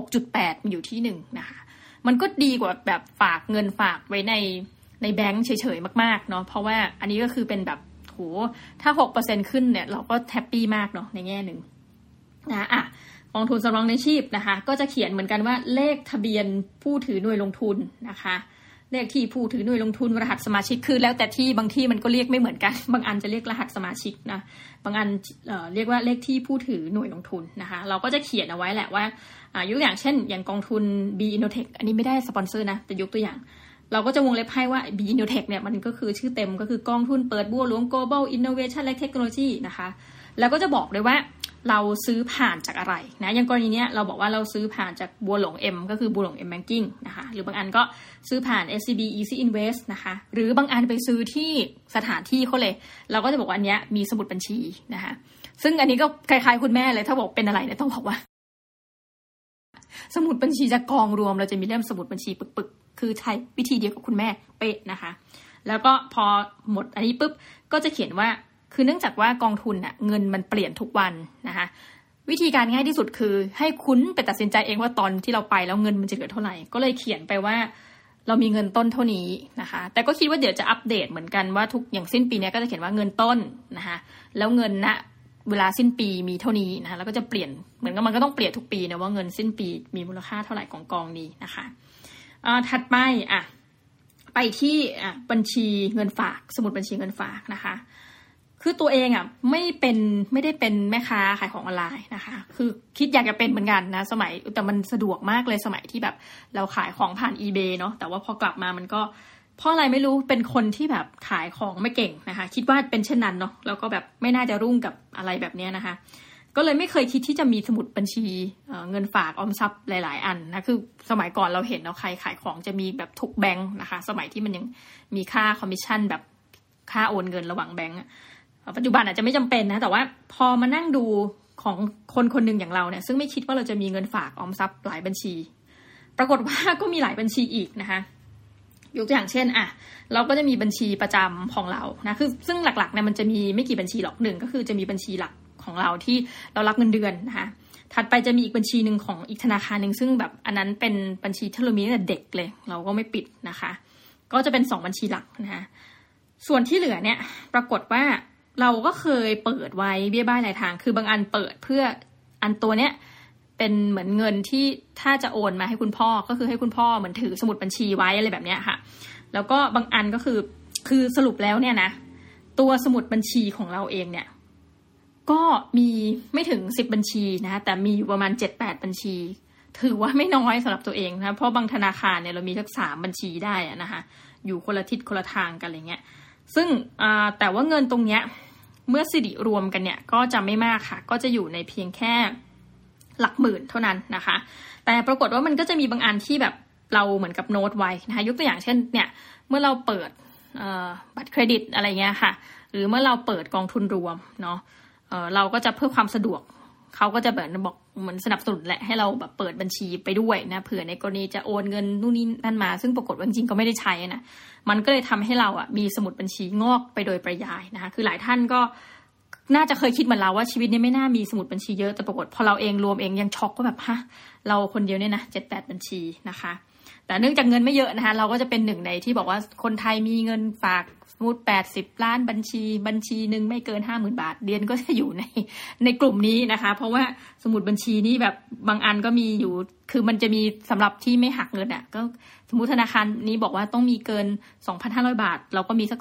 6.8 มีอยู่ที่1นะคะมันก็ดีกว่าแบบฝากเงินฝากไว้ในแบงค์เฉยๆมากๆเนาะเพราะว่าอันนี้ก็คือเป็นแบบโหถ้า 6% ขึ้นเนี่ยเราก็แฮปปี้มากเนาะในแง่หนึ่งนะกองทุนสำรองเลี้ยงชีพนะคะก็จะเขียนเหมือนกันว่าเลขทะเบียนผู้ถือหน่วยลงทุนนะคะเลขที่ผู้ถือหน่วยลงทุนรหัสสมาชิกคือแล้วแต่ที่บางที่มันก็เรียกไม่เหมือนกันบางอันจะเรียกรหัสสมาชิกนะบางอันเรียกว่าเลขที่ผู้ถือหน่วยลงทุนนะคะเราก็จะเขียนเอาไว้แหละว่ายกอย่างเช่นอย่างกองทุน B Innotech อันนี้ไม่ได้สปอนเซอร์นะแต่ยกตัวอย่างเราก็จะวงเล็บให้ว่า B Innotech เนี่ยมันก็คือชื่อเต็มก็คือกองทุนเปิดบัวหลวง Global Innovation และ Technology นะคะแล้วก็จะบอกเลยว่าเราซื้อผ่านจากอะไรนะอย่างกรณีนี้เราบอกว่าเราซื้อผ่านจากบัวหลวง M ก็คือบัวหลวง M Banking นะคะหรือบางอันก็ซื้อผ่าน SCB Easy Invest นะคะหรือบางอันไปซื้อที่สถานที่เขาเลยเราก็จะบอกว่าอันเนี้ยมีสมุดบัญชีนะคะซึ่งอันนี้ก็คล้ายๆคุณแม่เลยถ้าบอกเป็นอะไรเนี่ยต้องบอกว่าสมุดบัญชีจะกองรวมเราจะมีเล่มสมุดบัญชีปึกๆคือใช้วิธีเดียวกับคุณแม่เป๊ะนะคะแล้วก็พอหมดอันนี้ปุ๊บก็จะเขียนว่าคือเนื่องจากว่ากองทุนน่ะเงินมันเปลี่ยนทุกวันนะคะวิธีการง่ายที่สุดคือให้คุณไปตัดสินใจเองว่าตอนที่เราไปแล้วเงินมันจะเหลือเท่าไหร่ก็เลยเขียนไปว่าเรามีเงินต้นเท่านี้นะคะแต่ก็คิดว่าเดี๋ยวจะอัปเดตเหมือนกันว่าทุกอย่างสิ้นปีนี้ก็จะเขียนว่าเงินต้นนะคะแล้วเงินณเวลาสิ้นปีมีเท่านี้นะคะแล้วก็จะเปลี่ยนเหมือนกับมันก็ต้องเปลี่ยนทุกปีนะว่าเงินสิ้นปีมีมูลค่าเท่าไหร่ของกองนี้นะคะถัดไปไปที่บัญชีเงินฝากสมุดบัญชีเงินฝากนะคะคือตัวเองไม่ได้เป็นแม่ค้าขายของออนไลน์นะคะคือคิดอยากจะเป็นเหมือนกันนะสมัยแต่มันสะดวกมากเลยสมัยที่แบบเราขายของผ่าน eBay เนาะแต่ว่าพอกลับมามันก็เพราะอะไรไม่รู้เป็นคนที่แบบขายของไม่เก่งนะคะคิดว่าเป็นเช่นนั้นเนาะแล้วก็แบบไม่น่าจะรุ่งกับอะไรแบบนี้นะคะก็เลยไม่เคยคิดที่จะมีสมุดบัญชีเงินฝากออมทรัพย์หลายๆอันนะคือสมัยก่อนเราเห็นใครขายของจะมีแบบทุกแบงค์นะคะสมัยที่มันยังมีค่าคอมมิชชั่นแบบค่าโอนเงินระหว่างแบงค์ปัจจุบันอาจจะไม่จำเป็นนะแต่ว่าพอมานั่งดูของคนหนึ่งอย่างเราเนี่ยซึ่งไม่คิดว่าเราจะมีเงินฝากออมทรัพย์หลายบัญชีปรากฏว่าก็มีหลายบัญชีอีกนะคะยกตัวอย่างเช่นเราก็จะมีบัญชีประจำของเรานะคือซึ่งหลักๆเนี่ยมันจะมีไม่กี่บัญชีหรอกหนึ่งก็คือจะมีบัญชีหลักของเราที่เรารับเงินเดือนนะคะถัดไปจะมีอีกบัญชีหนึ่งของอีกธนาคารหนึ่งซึ่งแบบอันนั้นเป็นบัญชีที่เรามีตั้งแต่เด็กเลยเราก็ไม่ปิดนะคะก็จะเป็น2บัญชีหลักนะคะส่วนที่เหลือเนี่ยปรากฏว่าเราก็เคยเปิดไว้เบี้ยบ้ายรายทางคือบางอันเปิดเพื่ออันตัวเนี้ยเป็นเหมือนเงินที่ถ้าจะโอนมาให้คุณพ่อก็คือให้คุณพ่อเหมือนถือสมุดบัญชีไว้อะไรแบบเนี้ยค่ะแล้วก็บางอันก็คือสรุปแล้วเนี่ยนะตัวสมุดบัญชีของเราเองเนี่ยก็มีไม่ถึง10บัญชีนะแต่มีอยู่ประมาณ 7-8 บัญชีถือว่าไม่น้อยสำหรับตัวเองนะเพราะบางธนาคารเนี่ยเรามีสัก3บัญชีได้นะคะอยู่คนละทิศคนละทางกันอะไรเงี้ยซึ่งแต่ว่าเงินตรงเนี้ยเมื่อสิริรวมกันเนี่ยก็จะไม่มากค่ะก็จะอยู่ในเพียงแค่หลักหมื่นเท่านั้นนะคะแต่ปรากฏว่ามันก็จะมีบางอันที่แบบเราเหมือนกับโน้ตไว้นะคะยกตัวอย่างเช่นเนี่ยเมื่อเราเปิดบัตรเครดิตอะไรเงี้ยค่ะหรือเมื่อเราเปิดกองทุนรวมเนาะเราก็จะเพื่อความสะดวกเขาก็จะแบบบอกเหมือนสนับสนุนแหละให้เราแบบเปิดบัญชีไปด้วยนะเผื่อในกรณีจะโอนเงินนู่นนี่นั่นมาซึ่งปรากฏว่าจริงๆก็ไม่ได้ใช้นะมันก็เลยทำให้เรามีสมุดบัญชีงอกไปโดยปริยายนะคะคือหลายท่านก็น่าจะเคยคิดเหมือนเราว่าชีวิตนี้ไม่น่ามีสมุดบัญชีเยอะแต่ปรากฏพอเราเองรวมเองยังช็อกว่าแบบฮะเราคนเดียวเนี่ยนะ 7-8 บัญชีนะคะแต่เนื่องจากเงินไม่เยอะนะคะเราก็จะเป็นหนึ่งในที่บอกว่าคนไทยมีเงินฝากสมมุติ80 ล้านบัญชีนึงไม่เกิน 50,000 บาทเดือนก็จะอยู่ในกลุ่มนี้นะคะเพราะว่าสมุดบัญชีนี่แบบบางอันก็มีอยู่คือมันจะมีสำหรับที่ไม่หักเงินก็สมมุติธนาคารนี้บอกว่าต้องมีเกิน 2,500 บาทเราก็มีสัก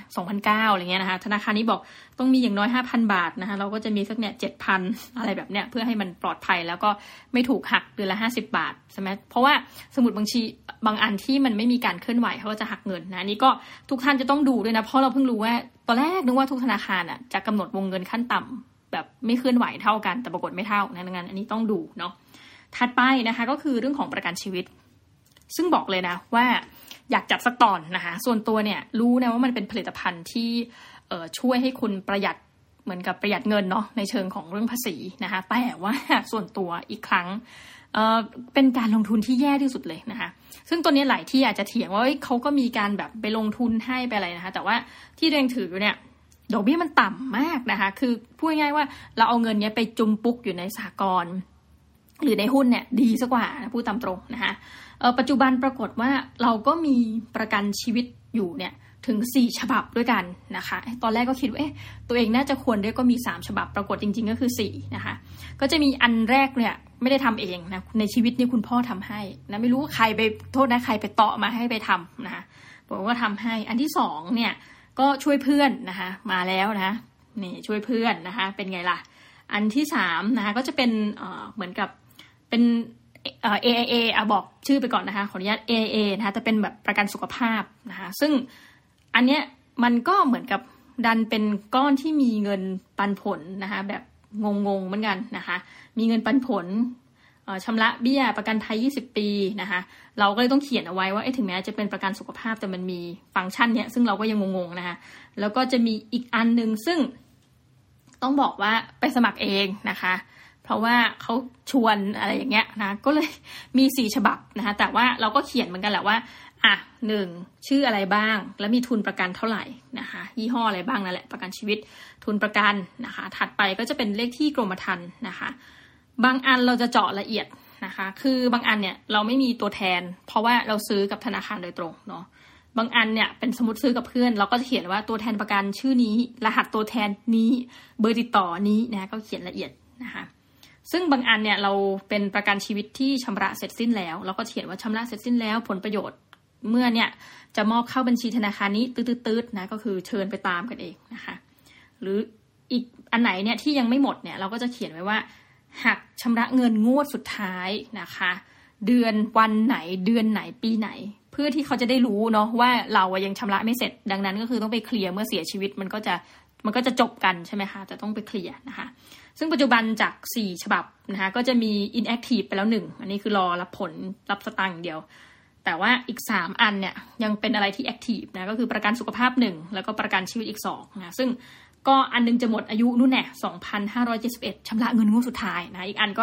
2,900 อะไรเงี้ยนะคะธนาคารนี้บอกต้องมีอย่างน้อย 5,000 บาทนะคะเราก็จะมีสักเนี่ย 7,000 อะไรแบบเนี้ยเพื่อให้มันปลอดภัยแล้วก็ไม่ถูกหักเดือนละ50 บาทใช่ไหมเพราะว่าสมุดบัญชีบางอันที่มันไม่มีการเคลื่อนไหวเขาก็จะหักเงินนะนี่ก็ทุกท่านจะต้องดูด้วยนะเพราะเราเพิ่งรู้ว่าตอนแรกนึกว่าทุกธนาคารจะกำหนดวงเงินขั้นต่ำแบบไม่เคลื่อนไหวเท่ากันแต่ปรากฏไม่เท่านะดังนั้นอันนี้ต้องดูเนาะถัดไปนะคะก็คือเรื่องของประกันชีวิตซึ่งบอกเลยนะว่าอยากจัดสักตอนนะคะส่วนตัวเนี่ยรู้นะว่ามันเป็นผลิตภัณฑ์ที่ช่วยให้คุณประหยัดเหมือนกับประหยัดเงินเนาะในเชิงของเรื่องภาษีนะคะแต่ว่าส่วนตัวอีกครั้งเป็นการลงทุนที่แย่ที่สุดเลยนะคะซึ่งตัวนี้หลายที่อาจจะเถียงว่าเขาก็มีการแบบไปลงทุนให้ไปอะไรนะคะแต่ว่าที่เรียงถือเนี่ยดอกเบี้ยมันต่ำมากนะคะคือพูดง่ายๆว่าเราเอาเงินนี้ไปจุมปุ๊กอยู่ในสหกรณ์หรือในหุ้นเนี่ยดีซะกว่านะพูดตามตรงนะคะปัจจุบันปรากฏว่าเราก็มีประกันชีวิตอยู่เนี่ยถึง4ฉบับด้วยกันนะคะตอนแรกก็คิดว่าตัวเองน่าจะควรได้ก็มี3ฉบับปรากฏจริงๆก็คือ4นะคะก็จะมีอันแรกเนี่ยไม่ได้ทำเองนะในชีวิตนี้คุณพ่อทำให้นะไม่รู้ใครไปโทษนะใครไปเตาะมาให้ไปทำนะคะผมก็ทำให้อันที่2เนี่ยก็ช่วยเพื่อนนะคะมาแล้วนะนี่ช่วยเพื่อนนะคะเป็นไงล่ะอันที่3นะคะก็จะเป็นเหมือนกับเป็นAIA บอกชื่อไปก่อนนะคะขออนุญาต AIA นะคะแต่เป็นแบบประกันสุขภาพนะคะซึ่งอันเนี้ยมันก็เหมือนกับดันเป็นก้อนที่มีเงินปันผลนะคะแบบงงๆเหมือนกันนะคะมีเงินปันผลชำระเบี้ยประกันภัย20 ปีนะคะเราก็เลยต้องเขียนเอาไว้ว่าถึงแม้จะเป็นประกันสุขภาพแต่มันมีฟังก์ชันเนี้ยซึ่งเราก็ยังงงๆนะคะแล้วก็จะมีอีกอันนึงซึ่งต้องบอกว่าไปสมัครเองนะคะเพราะว่าเขาชวนอะไรอย่างเงี้ยนะก็เลยมี4ฉบับนะคะแต่ว่าเราก็เขียนเหมือนกันแหละว่า1ชื่ออะไรบ้างแล้วมีทุนประกันเท่าไหร่นะคะยี่ห้ออะไรบ้างนั่นแหละประกันชีวิตทุนประกันนะคะถัดไปก็จะเป็นเลขที่กรมธรรม์นะคะบางอันเราจะเจาะละเอียดนะคะคือบางอันเนี่ยเราไม่มีตัวแทนเพราะว่าเราซื้อกับธนาคารโดยตรงเนาะบางอันเนี่ยเป็นสมมติซื้อกับเพื่อนเราก็จะเขียนว่าตัวแทนประกันชื่อนี้รหัสตัวแทนนี้เบอร์ติดต่อนี้นะก็เขียนละเอียดนะคะซึ่งบางอันเนี่ยเราเป็นประกันชีวิตที่ชำระเสร็จสิ้นแล้วเราก็เขียนว่าชำระเสร็จสิ้นแล้วผลประโยชน์เมื่อเนี่ยจะมอบเข้าบัญชีธนาคารนี้ตืดๆนะก็คือเชิญไปตามกันเองนะคะหรืออีกอันไหนเนี่ยที่ยังไม่หมดเนี่ยเราก็จะเขียนไว้ว่าหักชำระเงินงวดสุดท้ายนะคะเดือนวันไหนเดือนไหนปีไหนเพื่อที่เขาจะได้รู้เนาะว่าเรายังชำระไม่เสร็จดังนั้นก็คือต้องไปเคลียร์เมื่อเสียชีวิตมันก็จะจบกันใช่ไหมคะแต่ต้องไปเคลียร์นะคะซึ่งปัจจุบันจาก4ฉบับนะคะก็จะมี inactive ไปแล้ว1อันนี้คือรอรับผลรับสตางค์อย่างเดียวแต่ว่าอีก3อันเนี่ยยังเป็นอะไรที่ active นะก็คือประกันสุขภาพ1แล้วก็ประกันชีวิตอีก2นะซึ่งก็อันนึงจะหมดอายุนู่นแน่2,571ชำระเงินงวดสุดท้ายนะอีกอันก็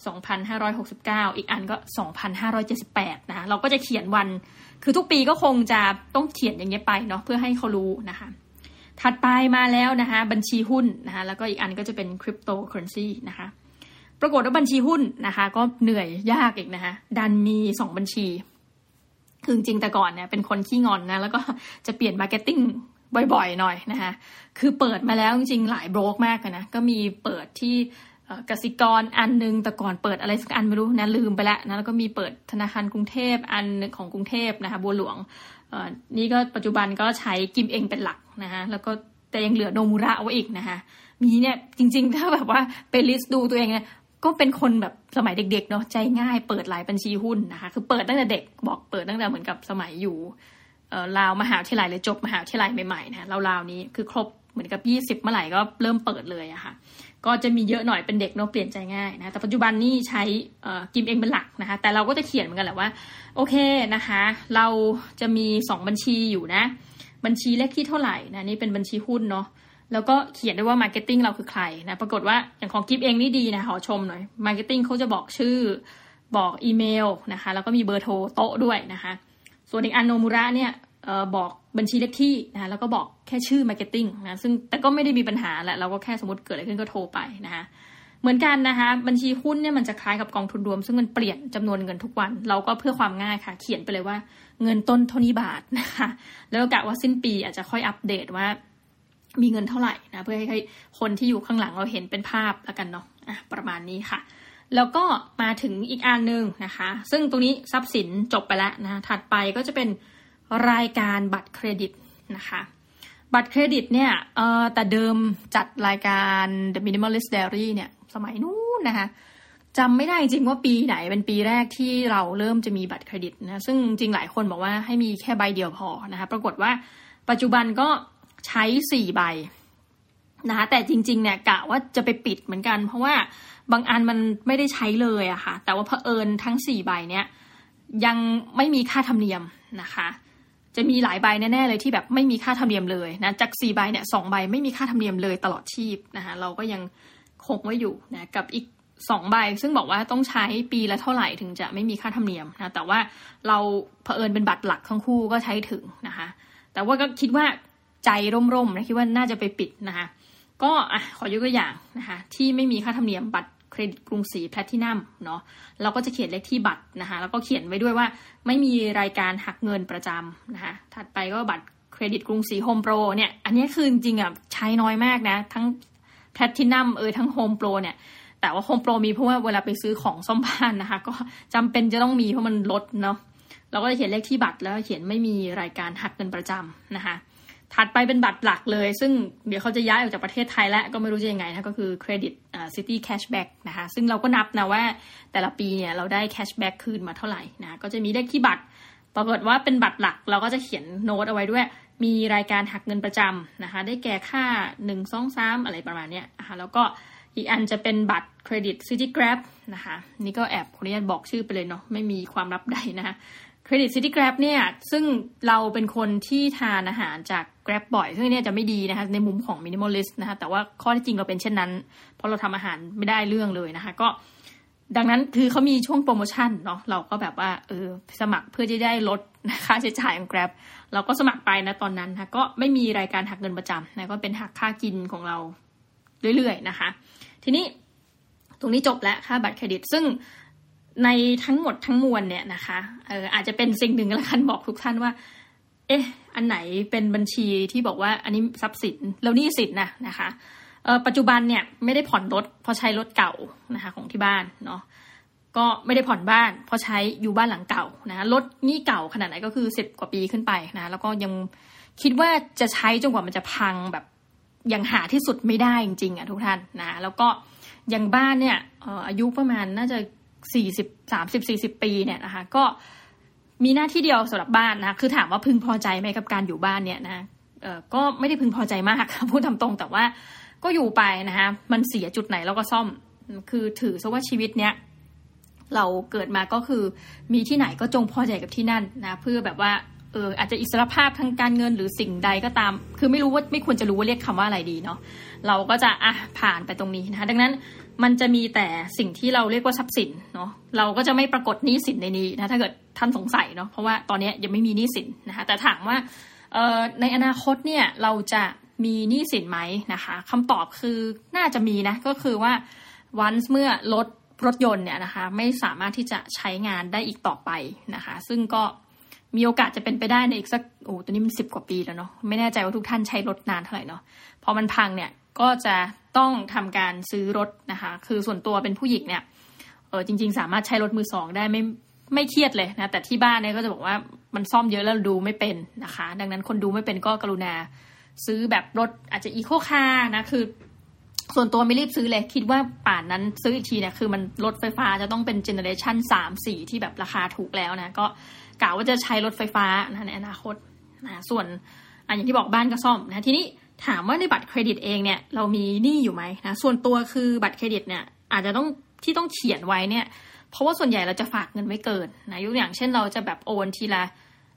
2,569อีกอันก็2,578นะเราก็จะเขียนวันคือทุกปีก็คงจะต้องเขียนอย่างเงี้ยไปเนาะเพื่อให้เขารู้นะคะถัดไปมาแล้วนะคะบัญชีหุ้นนะคะแล้วก็อีกอันก็จะเป็นคริปโตเคอเรนซีนะคะปรากฏว่าบัญชีหุ้นนะคะก็เหนื่อยยากอีกนะคะดันมี2บัญชีคือจริงแต่ก่อนเนี่ยเป็นคนขี้งอนนะแล้วก็จะเปลี่ยนมาร์เก็ตติ้งบ่อยๆหน่อยนะคะคือเปิดมาแล้วจริงๆหลายโบรกมากเลยนะก็มีเปิดที่กสิกรอันนึงแต่ก่อนเปิดอะไรสักอันไม่รู้นะลืมไปแล้วนะแล้วก็มีเปิดธนาคารกรุงเทพอันของกรุงเทพนะคะบัวหลวงนี่ก็ปัจจุบันก็ใช้กิมเองเป็นหลักนะคะแล้วก็แต่ยังเหลือโนมุระไว้อีกนะคะมีเนี่ยจริงๆถ้าแบบว่าไปลิสต์ดูตัวเองเนี่ยก็เป็นคนแบบสมัยเด็กๆเนาะใจง่ายเปิดหลายบัญชีหุ้นนะคะคือเปิดตั้งแต่เด็กบอกเปิดตั้งแต่เหมือนกับสมัยอยู่ราวมหาวิทยาลัยเลยจบมหาวิทยาลัยใหม่ๆนะราวๆนี้คือครบเหมือนกับ20เมื่อไหร่ก็เริ่มเปิดเลยอะค่ะก็จะมีเยอะหน่อยเป็นเด็กเนาะเปลี่ยนใจง่ายนะแต่ปัจจุบันนี่ใช้กิมเองเป็นหลักนะคะแต่เราก็จะเขียนเหมือนกันแหละว่าโอเคนะคะเราจะมี2บัญชีอยู่นะบัญชีเลขที่เท่าไหร่นะนี่เป็นบัญชีหุ้นเนาะแล้วก็เขียนด้วยว่า marketing เราคือใครนะปรากฏว่าอย่างของกิฟเองนี่ดีนะขอชมหน่อย marketing เขาจะบอกชื่อบอกอีเมลนะคะแล้วก็มีเบอร์โทรโต๊ะด้วยนะคะส่วนอีกอันโนมุระเนี่ยบอกบัญชีเลขที่นะแล้วก็บอกแค่ชื่อ marketing นะซึ่งแต่ก็ไม่ได้มีปัญหาแหละเราก็แค่สมมติเกิดอะไรขึ้นก็โทรไปนะคะเหมือนกันนะคะบัญชีหุ้นเนี่ยมันจะคล้ายกับกองทุนรวมซึ่งมันเปลี่ยนจำนวนเงินทุกวันเราก็เพื่อความง่ายค่ะเขียนไปเลยว่าเงินต้นเท่านี้บาทนะคะแล้วกะว่าสิ้นปีอาจจะค่อยอัปเดตว่ามีเงินเท่าไหร่นะเพื่อให้คนที่อยู่ข้างหลังเราเห็นเป็นภาพแล้วกันเนาะประมาณนี้ค่ะแล้วก็มาถึงอีกอันนึงนะคะซึ่งตรงนี้ทรัพย์สินจบไปแล้วนะถัดไปก็จะเป็นรายการบัตรเครดิตนะคะบัตรเครดิตเนี่ยแต่เดิมจัดรายการ The Minimalist Diary เนี่ยสมัยนู้นนะคะจำไม่ได้จริงว่าปีไหนเป็นปีแรกที่เราเริ่มจะมีบัตรเครดิตนะซึ่งจริงหลายคนบอกว่าให้มีแค่ใบเดียวพอนะคะปรากฏว่าปัจจุบันก็ใช้4ใบนะคะแต่จริงๆเนี่ยกะว่าจะไปปิดเหมือนกันเพราะว่าบางอันมันไม่ได้ใช้เลยอะค่ะแต่ว่าเผอิญทั้ง4ใบเนี่ยยังไม่มีค่าธรรมเนียมนะคะจะมีหลายใบแน่ๆเลยที่แบบไม่มีค่าธรรมเนียมเลยนะจาก4ใบเนี่ย2ใบไม่มีค่าธรรมเนียมเลยตลอดชีพนะคะเราก็ยังคงไว้อยู่นะกับอีก2ใบซึ่งบอกว่าต้องใช้ปีละเท่าไหร่ถึงจะไม่มีค่าธรรมเนียมนะแต่ว่าเราเผอิญเป็นบัตรหลักทั้งคู่ก็ใช้ถึงนะคะแต่ว่าก็คิดว่าใจร่มๆนะคิดว่าน่าจะไปปิดนะคะก็ขอยกตัวอย่างนะคะที่ไม่มีค่าธรรมเนียมบัตรเครดิตกรุงศรีแพลทินัมเนาะเราก็จะเขียนเลขที่บัตรนะคะแล้วก็เขียนไว้ด้วยว่าไม่มีรายการหักเงินประจำนะคะถัดไปก็บัตรเครดิตกรุงศรีโฮมโปรเนี่ยอันนี้คือจริงๆใช้น้อยมากนะทั้งแพลทินัมทั้งโฮมโปรเนี่ยแต่ว่าโฮมโปรมีเพราะว่าเวลาไปซื้อของซ่อมบ้านนะคะก็จำเป็นจะต้องมีเพราะมันลดเนาะเราก็จะเขียนเลขที่บัตรแล้วเขียนไม่มีรายการหักเงินประจำนะคะถัดไปเป็นบัตรหลักเลยซึ่งเดี๋ยวเขาจะย้ายออกจากประเทศไทยแล้วก็ไม่รู้จะยังไงนะก็คือเครดิตCity Cashback นะคะซึ่งเราก็นับนะว่าแต่ละปีเนี่ยเราได้ Cashback คืนมาเท่าไหร่นะก็จะมีเลขที่บัตรปรากฏว่าเป็นบัตรหลักเราก็จะเขียนโน้ตเอาไว้ด้วยมีรายการหักเงินประจำนะคะได้แก่ค่า1 2 3อะไรประมาณเนี้ยนะคะแล้วก็อีกอันจะเป็นบัตรเครดิต City Grab นะคะนี่ก็แอบขออนุญาตบอกชื่อไปเลยเนาะไม่มีความลับใดนะคะเครดิต City Grab เนี่ยซึ่งเราเป็นคนที่ทานอาหารจาก Grab บ่อยซึ่งเนี่ยจะไม่ดีนะคะในมุมของ Minimalist นะคะแต่ว่าข้อที่จริงเราเป็นเช่นนั้นเพราะเราทำอาหารไม่ได้เรื่องเลยนะคะก็ดังนั้นคือเขามีช่วงโปรโมชั่นเนาะเราก็แบบว่าสมัครเพื่อจะได้ลดค่าใช้จ่ายของ Grab เราก็สมัครไปนะตอนนั้นนะก็ไม่มีรายการหักเงินประจำนะก็เป็นหักค่ากินของเราเรื่อยๆนะคะทีนี้ตรงนี้จบแล้วค่าบัตรเครดิตซึ่งในทั้งหมดทั้งมวลเนี่ยนะคะอาจจะเป็นสิ่งหนึ่งแล้วกันบอกทุกท่านว่าอันไหนเป็นบัญชีที่บอกว่าอันนี้ทรัพย์สินแล้วหนี้สินนะคะปัจจุบันเนี่ยไม่ได้ผ่อนรถเพราะใช้รถเก่านะคะของที่บ้านเนาะก็ไม่ได้ผ่อนบ้านเพราะใช้อยู่บ้านหลังเก่านะรถนี่เก่าขนาดไหนก็คือ10 กว่าปีขึ้นไปนะแล้วก็ยังคิดว่าจะใช้จนกว่ามันจะพังแบบยังหาที่สุดไม่ได้จริงๆทุกท่านนะแล้วก็อย่างบ้านเนี่ยอายุประมาณน่าจะ30-40 ปีเนี่ยนะคะก็มีหน้าที่เดียวสำหรับบ้านนะคือถามว่าพึงพอใจไหมกับการอยู่บ้านเนี่ยนะก็ไม่ได้พึงพอใจมากพูดตามตรงแต่ว่าก็อยู่ไปนะคะมันเสียจุดไหนเราก็ซ่อมคือถือซะว่าชีวิตเนี้ยเราเกิดมาก็คือมีที่ไหนก็จงพอใจกับที่นั่นนะเพื่อแบบว่าอาจจะอิสรภาพทางการเงินหรือสิ่งใดก็ตามคือไม่รู้ว่าไม่ควรจะรู้ว่าเรียกคำว่าอะไรดีเนาะเราก็จะผ่านไปตรงนี้นะคะดังนั้นมันจะมีแต่สิ่งที่เราเรียกว่าทรัพย์สินเนาะเราก็จะไม่ปรากฏหนี้สินในนี้นะถ้าเกิดท่านสงสัยเนาะเพราะว่าตอนนี้ยังไม่มีหนี้สินนะคะแต่ถามว่าในอนาคตเนี่ยเราจะมีหนี้สินไหมนะคะคำตอบคือน่าจะมีนะก็คือว่าวันเมื่อรถยนต์เนี่ยนะคะไม่สามารถที่จะใช้งานได้อีกต่อไปนะคะซึ่งก็มีโอกาสจะเป็นไปได้ในอีกสักตัวนี้มัน10 กว่าปีแล้วเนาะไม่แน่ใจว่าทุกท่านใช้รถนานเท่าไหร่เนาะพอมันพังเนี่ยก็จะต้องทำการซื้อรถนะคะคือส่วนตัวเป็นผู้หญิงเนี่ยจริงๆสามารถใช้รถมือสองได้ไม่เครียดเลยนะแต่ที่บ้านเนี่ยก็จะบอกว่ามันซ่อมเยอะแล้วดูไม่เป็นนะคะดังนั้นคนดูไม่เป็นก็กรุณาซื้อแบบรถอาจจะอีโคคาร์นะคือส่วนตัวไม่รีบซื้อเลยคิดว่าป่านนั้นซื้ออีกทีเนี่ยคือมันรถไฟฟ้าจะต้องเป็นเจเนอเรชัน3-4ที่แบบราคาถูกแล้วนะก็กะว่าจะใช้รถไฟฟ้านะในอนาคตนะส่วนอย่างที่บอกบ้านก็ซ่อมนะทีนี้ถามว่าในบัตรเครดิตเองเนี่ยเรามีหนี้อยู่ไหมนะส่วนตัวคือบัตรเครดิตเนี่ยอาจจะต้องเขียนไว้เนี่ยเพราะว่าส่วนใหญ่เราจะฝากเงินไว้เกินนะยกตัวอย่างเช่นเราจะแบบโอนทีละ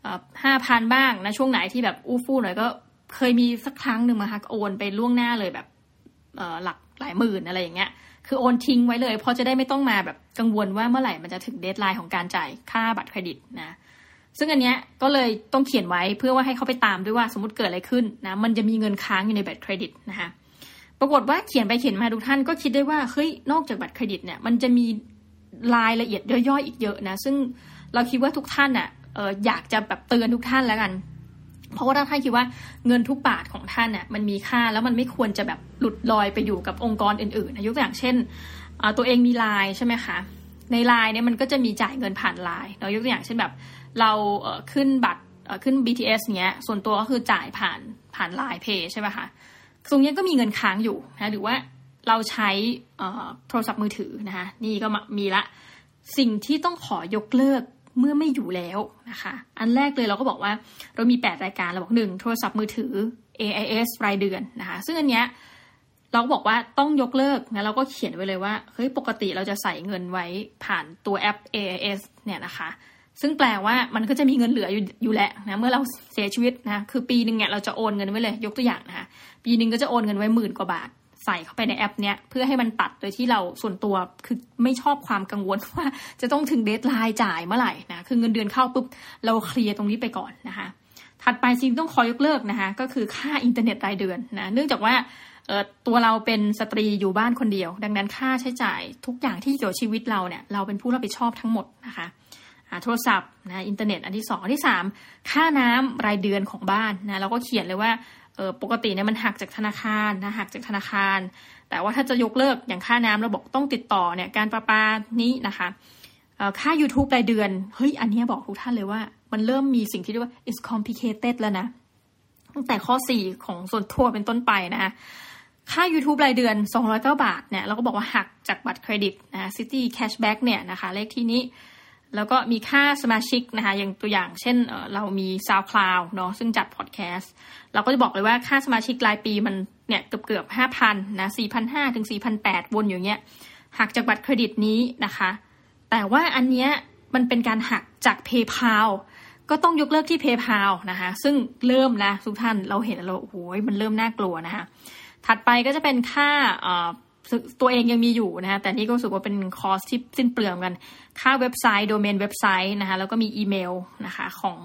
5,000 บ้างนะช่วงไหนที่แบบอู้ฟู่หน่อยก็เคยมีสักครั้งหนึ่งมาโอนไปล่วงหน้าเลยแบบหลักหลายหมื่นอะไรอย่างเงี้ยคือโอนทิ้งไว้เลยเพราะจะได้ไม่ต้องมาแบบกังวลว่าเมื่อไหร่มันจะถึงเดดไลน์ของการจ่ายค่าบัตรเครดิตนะซึ่งอันเนี้ยก็เลยต้องเขียนไว้เพื่อว่าให้เขาไปตามด้วยว่าสมมติเกิดอะไรขึ้นนะมันจะมีเงินค้างอยู่ในบัตรเครดิตนะคะปรากฏว่าเขียนไปเขียนมาทุกท่านก็คิดได้ว่าเฮ้ยนอกจากบัตรเครดิตเนี่ยมันจะมีรายละเอียดย่อยๆอีกเยอะนะซึ่งเราคิดว่าทุกท่านน่ะอยากจะแบบเตือนทุกท่านแล้วกันเพราะว่าถ้าท่านคิดว่าเงินทุกบาทของท่านน่ะมันมีค่าแล้วมันไม่ควรจะแบบหลุดลอยไปอยู่กับองค์กรอื่นๆยกตัวอย่างเช่นตัวเองมี LINE ใช่ไหมคะใน LINE เนี่ยมันก็จะมีจ่ายเงินผ่าน LINE เรายกตัวอย่างเช่นแบบเราขึ้นบัตรขึ้น BTS เนี้ยส่วนตัวก็คือจ่ายผ่าน LINE Pay ใช่ป่ะคะตรงนี้ก็มีเงินค้างอยู่นะหรือว่าเราใช้โทรศัพท์มือถือนะคะนี่ก็มีละสิ่งที่ต้องขอยกเลิกเมื่อไม่อยู่แล้วนะคะอันแรกเลยเราก็บอกว่าเรามี8รายการเราบอก1โทรศัพท์มือถือ AIS รายเดือนนะคะซึ่งอันเนี้ยเราก็บอกว่าต้องยกเลิกนะเราก็เขียนไว้เลยว่าเฮ้ยปกติเราจะใส่เงินไว้ผ่านตัวแอป AIS เนี่ยนะคะซึ่งแปลว่ามันก็จะมีเงินเหลืออยู่แหละนะเมื่อเราเสียชีวิตนะคือปีนึงเนี่ยเราจะโอนเงินไว้เลยยกตัวอย่างนะคะปีนึงก็จะโอนเงินไว้10,000 กว่าบาทใส่เข้าไปในแอปเนี้ยเพื่อให้มันตัดโดยที่เราส่วนตัวคือไม่ชอบความกังวลว่าจะต้องถึงเดดไลน์จ่ายเมื่อไหร่นะคือเงินเดือนเข้าปุ๊บเราเคลียร์ตรงนี้ไปก่อนนะคะถัดไปสิ่งต้องขอยกเลิกนะคะก็คือค่าอินเทอร์เน็ตรายเดือนนะเนื่องจากว่าตัวเราเป็นสตรีอยู่บ้านคนเดียวดังนั้นค่าใช้จ่ายทุกอย่างที่เกี่ยวกับชีวิตเราเนี่ยเราเป็นผู้รับผิดชอบทั้งหมดนะคะโทรศัพท์นะอินเทอร์เน็ตอันที่2อันที่3ค่าน้ำรายเดือนของบ้านนะเราก็เขียนเลยว่าปกติเนี่ยมันหักจากธนาคารนะหักจากธนาคารแต่ว่าถ้าจะยกเลิกอย่างค่าน้ำเราบอกต้องติดต่อเนี่ยการประปานี้นะคะค่า YouTube รายเดือนเฮ้ยอันนี้บอกทุกท่านเลยว่ามันเริ่มมีสิ่งที่เรียกว่า is complicated แล้วนะตั้งแต่ข้อ4ของส่วนทั่วเป็นต้นไปนะคะค่า YouTube รายเดือน209 บาทเนี่ยเราก็บอกว่าหักจากบัตรเครดิตนะ City Cashback เนี่ยนะคะเลขที่นี้แล้วก็มีค่าสมาชิกนะคะอย่างตัวอย่างเช่นเรามี SoundCloud เนาะซึ่งจัดพอดแคสต์เราก็จะบอกเลยว่าค่าสมาชิกรายปีมันเนี่ยเกือบ 5,000 นะ 4,500 ถึง 4,800 วนอยู่เงี้ยหักจากบัตรเครดิตนี้นะคะแต่ว่าอันเนี้ยมันเป็นการหักจาก PayPal ก็ต้องยกเลิกที่ PayPal นะคะซึ่งเริ่มนะทุกท่านเราเห็นแล้วโอ้โหมันเริ่มน่ากลัวนะคะถัดไปก็จะเป็นค่าตัวเองยังมีอยู่นะคะแต่นี่ก็รู้สึกว่าเป็นคอสที่สิ้นเปลืองกันค่าเว็บไซต์โดเมนเว็บไซต์นะคะแล้วก็มีอีเมลนะคะของ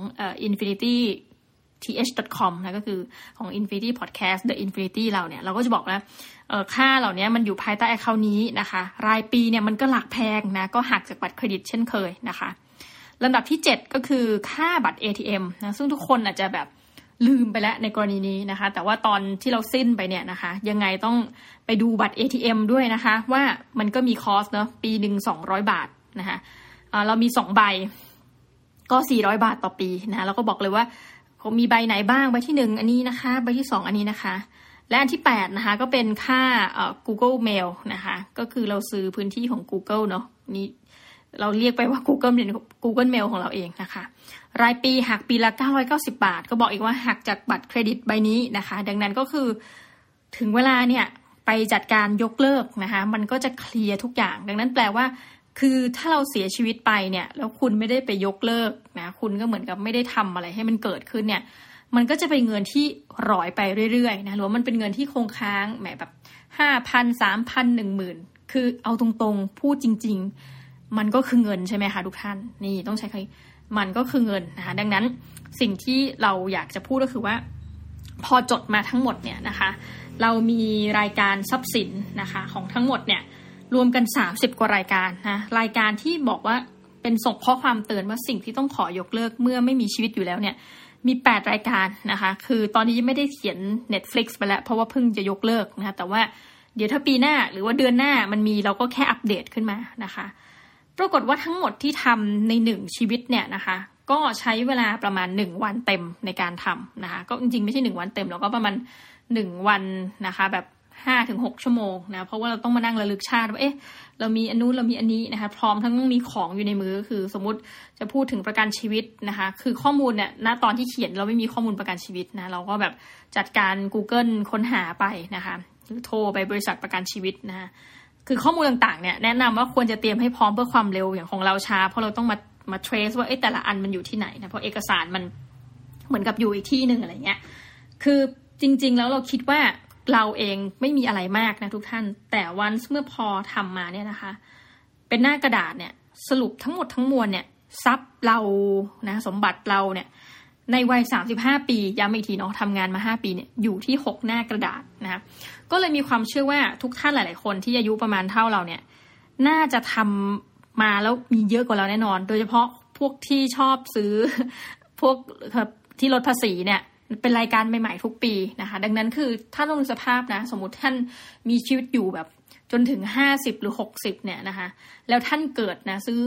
infinityth.com นะก็คือของ Infinity Podcast The Infinity เราเนี่ยเราก็จะบอกว่าค่าเหล่านี้มันอยู่ภายใต้ account นี้นะคะรายปีเนี่ยมันก็หลักแพงนะก็หักจากบัตรเครดิตเช่นเคยนะคะลำดับที่7ก็คือค่าบัตร ATM นะซึ่งทุกคนอาจจะแบบลืมไปแล้วในกรณีนี้นะคะแต่ว่าตอนที่เราสิ้นไปเนี่ยนะคะยังไงต้องไปดูบัตร ATM ด้วยนะคะว่ามันก็มีคอสเนาะปีนึง200 บาทนะคะเรามี2ใบก็400 บาทต่อปีนะแล้วก็บอกเลยว่ามีใบไหนบ้างใบที่1อันนี้นะคะใบที่2อันนี้นะคะและอันที่8นะคะก็เป็นค่าGoogle Mail นะคะก็คือเราซื้อพื้นที่ของ Google เนาะนี่เราเรียกไปว่า Google Mail ของเราเองนะคะรายปีหักปีละ990 บาทก็บอกอีกว่าหักจากบัตรเครดิตใบนี้นะคะดังนั้นก็คือถึงเวลาเนี่ยไปจัดการยกเลิกนะคะมันก็จะเคลียร์ทุกอย่างดังนั้นแปลว่าคือถ้าเราเสียชีวิตไปเนี่ยแล้วคุณไม่ได้ไปยกเลิกนะคุณก็เหมือนกับไม่ได้ทำอะไรให้มันเกิดขึ้นเนี่ยมันก็จะเป็นเงินที่ร่อยไปเรื่อยๆนะหรือว่ามันเป็นเงินที่คงค้างแหมแบบ 5,000 3,000 10,000 คือเอาตรงๆพูดจริงๆมันก็คือเงินใช่ไหมคะทุกท่านนี่ต้องใช้คำมันก็คือเงินนะคะดังนั้นสิ่งที่เราอยากจะพูดก็คือว่าพอจดมาทั้งหมดเนี่ยนะคะเรามีรายการทรัพย์สินนะคะของทั้งหมดเนี่ยรวมกัน30 กว่ารายการนะรายการที่บอกว่าเป็นส่งข้อความเตือนว่าสิ่งที่ต้องขอยกเลิกเมื่อไม่มีชีวิตอยู่แล้วเนี่ยมี8รายการนะคะคือตอนนี้ไม่ได้เขียน Netflix ไปแล้วเพราะว่าเพิ่งจะยกเลิกนะคะแต่ว่าเดี๋ยวถ้าปีหน้าหรือว่าเดือนหน้ามันมีเราก็แค่อัปเดตขึ้นมานะคะปรากฏว่าทั้งหมดที่ทำใน1ชีวิตเนี่ยนะคะก็ใช้เวลาประมาณ1วันเต็มในการทำนะคะก็จริงๆไม่ใช่1วันเต็มแล้วก็ประมาณ1วันนะคะแบบ 5-6 ชั่วโมงนะเพราะว่าเราต้องมานั่งระลึกชาติว่าเรามีอันนู้นเรามีอันนี้นะคะพร้อมทั้งมีของอยู่ในมือคือสมมุติจะพูดถึงประกันชีวิตนะคะคือข้อมูลเนี่ยณตอนที่เขียนเราไม่มีข้อมูลประกันชีวิตนะเราก็แบบจัดการ Google ค้นหาไปนะคะหรือโทรไปบริษัทประกันชีวิตนะคะคือข้อมูลต่างๆเนี่ยแนะนำว่าควรจะเตรียมให้พร้อมเพื่อความเร็วอย่างของเราช้าเพราะเราต้องมา trace ว่าแต่ละอันมันอยู่ที่ไหนนะเพราะเอกสารมันเหมือนกับอยู่อีกที่นึงอะไรเงี้ยคือจริงๆแล้วเราคิดว่าเราเองไม่มีอะไรมากนะทุกท่านแต่วันเมื่อพอทำมาเนี่ยนะคะเป็นหน้ากระดาษเนี่ยสรุปทั้งหมดทั้งมวลเนี่ยทรัพย์เรานะสมบัติเราเนี่ยในวัย35ปีย้ำอีกทีเนาะทำงานมา5ปีเนี่ยอยู่ที่6หน้ากระดาษนะคะก็เลยมีความเชื่อว่าทุกท่านหลายๆคนที่อายุประมาณเท่าเราเนี่ยน่าจะทำมาแล้วมีเยอะกว่าเราแน่นอนโดยเฉพาะพวกที่ชอบซื้อพวกที่ลดภาษีเนี่ยเป็นรายการใหม่ๆทุกปีนะคะดังนั้นคือถ้าลงสภาพนะสมมุติท่านมีชีวิตอยู่แบบจนถึง50หรือ60เนี่ยนะคะแล้วท่านเกิดนะซื้อ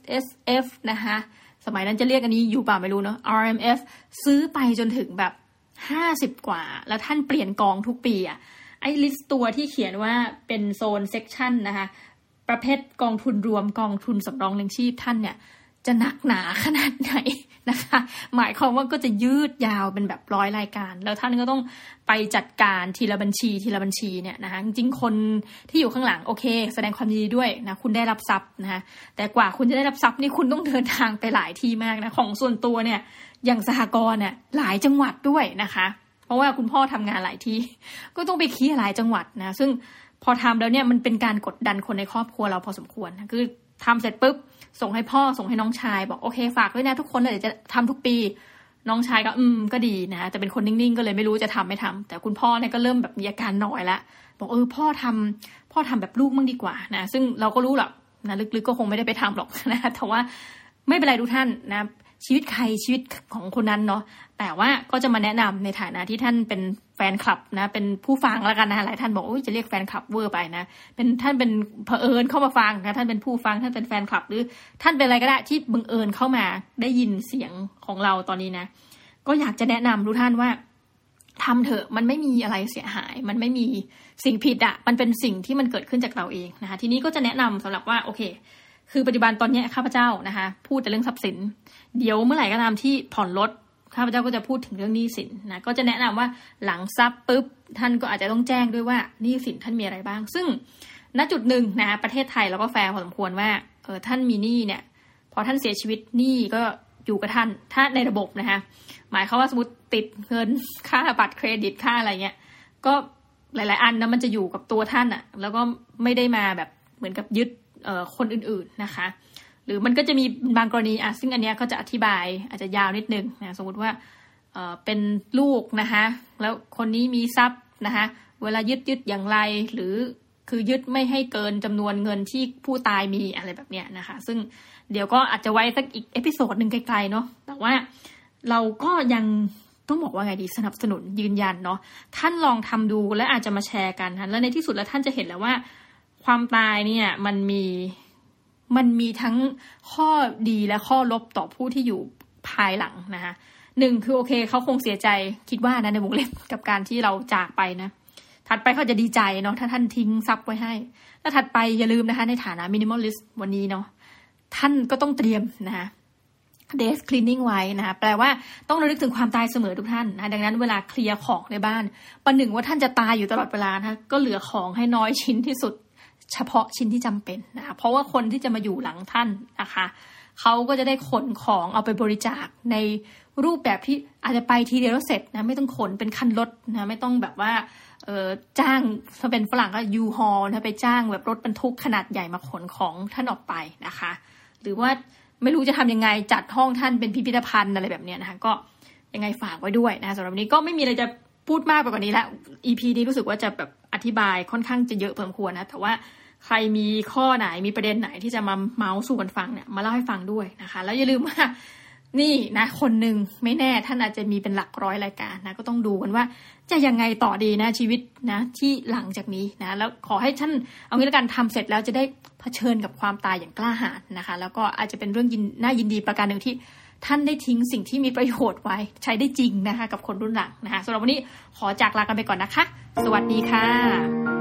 SSF นะคะสมัยนั้นจะเรียกอันนี้อยู่เปล่าไม่รู้เนาะ RMF ซื้อไปจนถึงแบบ50กว่าแล้วท่านเปลี่ยนกองทุกปีอ่ะไอ้ลิสต์ตัวที่เขียนว่าเป็นโซนเซกชันนะคะประเภทกองทุนรวมกองทุนสำรองเลี้ยงชีพท่านเนี่ยจะหนักหนาขนาดไหนนะคะหมายความว่าก็จะยืดยาวเป็นแบบ100รายการแล้วท่านก็ต้องไปจัดการทีละบัญชีเนี่ยนะคะจริงๆคนที่อยู่ข้างหลังโอเคแสดงความยินดีด้วยนะคุณได้รับทรัพย์นะคะแต่กว่าคุณจะได้รับทรัพย์นี่คุณต้องเดินทางไปหลายที่มากนะของส่วนตัวเนี่ยอย่างสหกรณ์เนี่ยหลายจังหวัดด้วยนะคะเพราะว่าคุณพ่อทำงานหลายที่ก็ต้องไปเคลียร์หลายจังหวัดนะซึ่งพอทำแล้วเนี่ยมันเป็นการกดดันคนในครอบครัวเราพอสมควรนะคือทำเสร็จปุ๊บส่งให้พ่อส่งให้น้องชายบอกโอเคฝากด้วยนะทุกคนเดี๋ยวจะทำทุกปีน้องชายก็ก็ดีนะแต่เป็นคนนิ่งๆก็เลยไม่รู้จะทำไม่ทำแต่คุณพ่อเนี่ยก็เริ่มแบบมีอาการหน่อยละบอกพ่อทำแบบลูกมั่งดีกว่านะซึ่งเราก็รู้หรอกนะลึกๆก็คงไม่ได้ไปทำหรอกนะแต่ว่าไม่เป็นไรทุกท่านนะชีวิตใครชีวิตของคนนั้นเนาะแต่ว่าก็จะมาแนะนำในฐานะที่ท่านเป็นแฟนคลับนะเป็นผู้ฟังแล้วกันนะหลายท่านบอกจะเรียกแฟนคลับเวอร์ไปนะเป็นท่านเป็นเผอิญเข้ามาฟังนะท่านเป็นผู้ฟังท่านเป็นแฟนคลับหรือท่านเป็นอะไรก็ได้ที่บังเอิญเข้ามาได้ยินเสียงของเราตอนนี้นะก็อยากจะแนะนำทุกท่านว่าทำเถอะมันไม่มีอะไรเสียหายมันไม่มีสิ่งผิดอะมันเป็นสิ่งที่มันเกิดขึ้นจากเราเองนะคะทีนี้ก็จะแนะนำสำหรับว่าโอเคคือปัจจุบันตอนนี้ข้าพเจ้านะคะพูดแต่เรื่องทรัพย์สินเดี๋ยวเมื่อไหร่ก็ตามที่ผ่อนรถข้าพเจ้าก็จะพูดถึงเรื่องหนี้สินนะก็จะแนะนำว่าหลังทรัพย์ปุ๊บท่านก็อาจจะต้องแจ้งด้วยว่าหนี้สินท่านมีอะไรบ้างซึ่งณจุดหนึ่งนะประเทศไทยเราก็แฟร์พอสมควรว่าท่านมีหนี้เนี่ยพอท่านเสียชีวิตหนี้ก็อยู่กับท่านถ้าในระบบนะคะหมายความว่าสมมติติดเงินค่าบัตรเครดิตค่าอะไรเงี้ยก็หลายๆอันนะมันจะอยู่กับตัวท่านอ่ะแล้วก็ไม่ได้มาแบบเหมือนกับยึดคนอื่นๆนะคะหรือมันก็จะมีบางกรณีซึ่งอันเนี้ยก็จะอธิบายอาจจะยาวนิดนึงนะสมมติว่าเป็นลูกนะคะแล้วคนนี้มีทรัพย์นะคะเวลายึดอย่างไรหรือคือยึดไม่ให้เกินจำนวนเงินที่ผู้ตายมีอะไรแบบเนี้ยนะคะซึ่งเดี๋ยวก็อาจจะไว้สักอีกเอพิโซดนึงไกลๆเนาะแต่ว่าเราก็ยังต้องบอกว่าไงดีสนับสนุนยืนยันเนาะท่านลองทำดูและอาจจะมาแชร์กันนะแล้วในที่สุดแล้วท่านจะเห็นแล้วว่าความตายเนี่ยมันมีทั้งข้อดีและข้อลบต่อผู้ที่อยู่ภายหลังนะคะหนึ่งคือโอเคเขาคงเสียใจคิดว่านะในวงเล็บกับการที่เราจากไปนะถัดไปเขาจะดีใจเนาะถ้าท่านทิ้งทรัพย์ไว้ให้แล้วถัดไปอย่าลืมนะคะในฐานะ minimalist วันนี้เนาะท่านก็ต้องเตรียมนะคะdeath cleaning ไว้นะคะแปลว่าต้องระลึกถึงความตายเสมอทุกท่านนะดังนั้นเวลาเคลียร์ของในบ้านประหนึ่งว่าท่านจะตายอยู่ตลอดเวลานะคะก็เหลือของให้น้อยชิ้นที่สุดเฉพาะชิ้นที่จำเป็นนะคะเพราะว่าคนที่จะมาอยู่หลังท่านนะคะเขาก็จะได้ขนของเอาไปบริจาคในรูปแบบที่อาจจะไปทีเดียวแล้วเสร็จนะไม่ต้องขนเป็นคันรถนะไม่ต้องแบบว่าจ้างถ้าเป็นฝรั่งก็ U-Haul นะไปจ้างแบบรถบรรทุกขนาดใหญ่มาขนของท่านออกไปนะคะหรือว่าไม่รู้จะทำยังไงจัดห้องท่านเป็นพิพิธภัณฑ์อะไรแบบนี้นะคะก็ยังไงฝากไว้ด้วยนะสำหรับวันนี้ก็ไม่มีอะไรจะพูดมากไปกว่านี้แล้ว EP นี้รู้สึกว่าจะแบบอธิบายค่อนข้างจะเยอะพอสมควรนะแต่ว่าใครมีข้อไหนมีประเด็นไหนที่จะมาเมาส์สู่กันฟังเนี่ยมาเล่าให้ฟังด้วยนะคะแล้วอย่าลืมว่านี่นะคนหนึ่งไม่แน่ท่านอาจจะมีเป็นหลักร้อยรายการนะก็ต้องดูกันว่าจะยังไงต่อดีนะชีวิตนะที่หลังจากนี้นะแล้วขอให้ท่านเอางี้ละกันทำเสร็จแล้วจะได้เผชิญกับความตายอย่างกล้าหาญนะคะแล้วก็อาจจะเป็นเรื่องน่ายินดีประการหนึ่งที่ท่านได้ทิ้งสิ่งที่มีประโยชน์ไว้ใช้ได้จริงนะคะกับคนรุ่นหลังนะคะสำหรับวันนี้ขอจากลากันไปก่อนนะคะสวัสดีค่ะ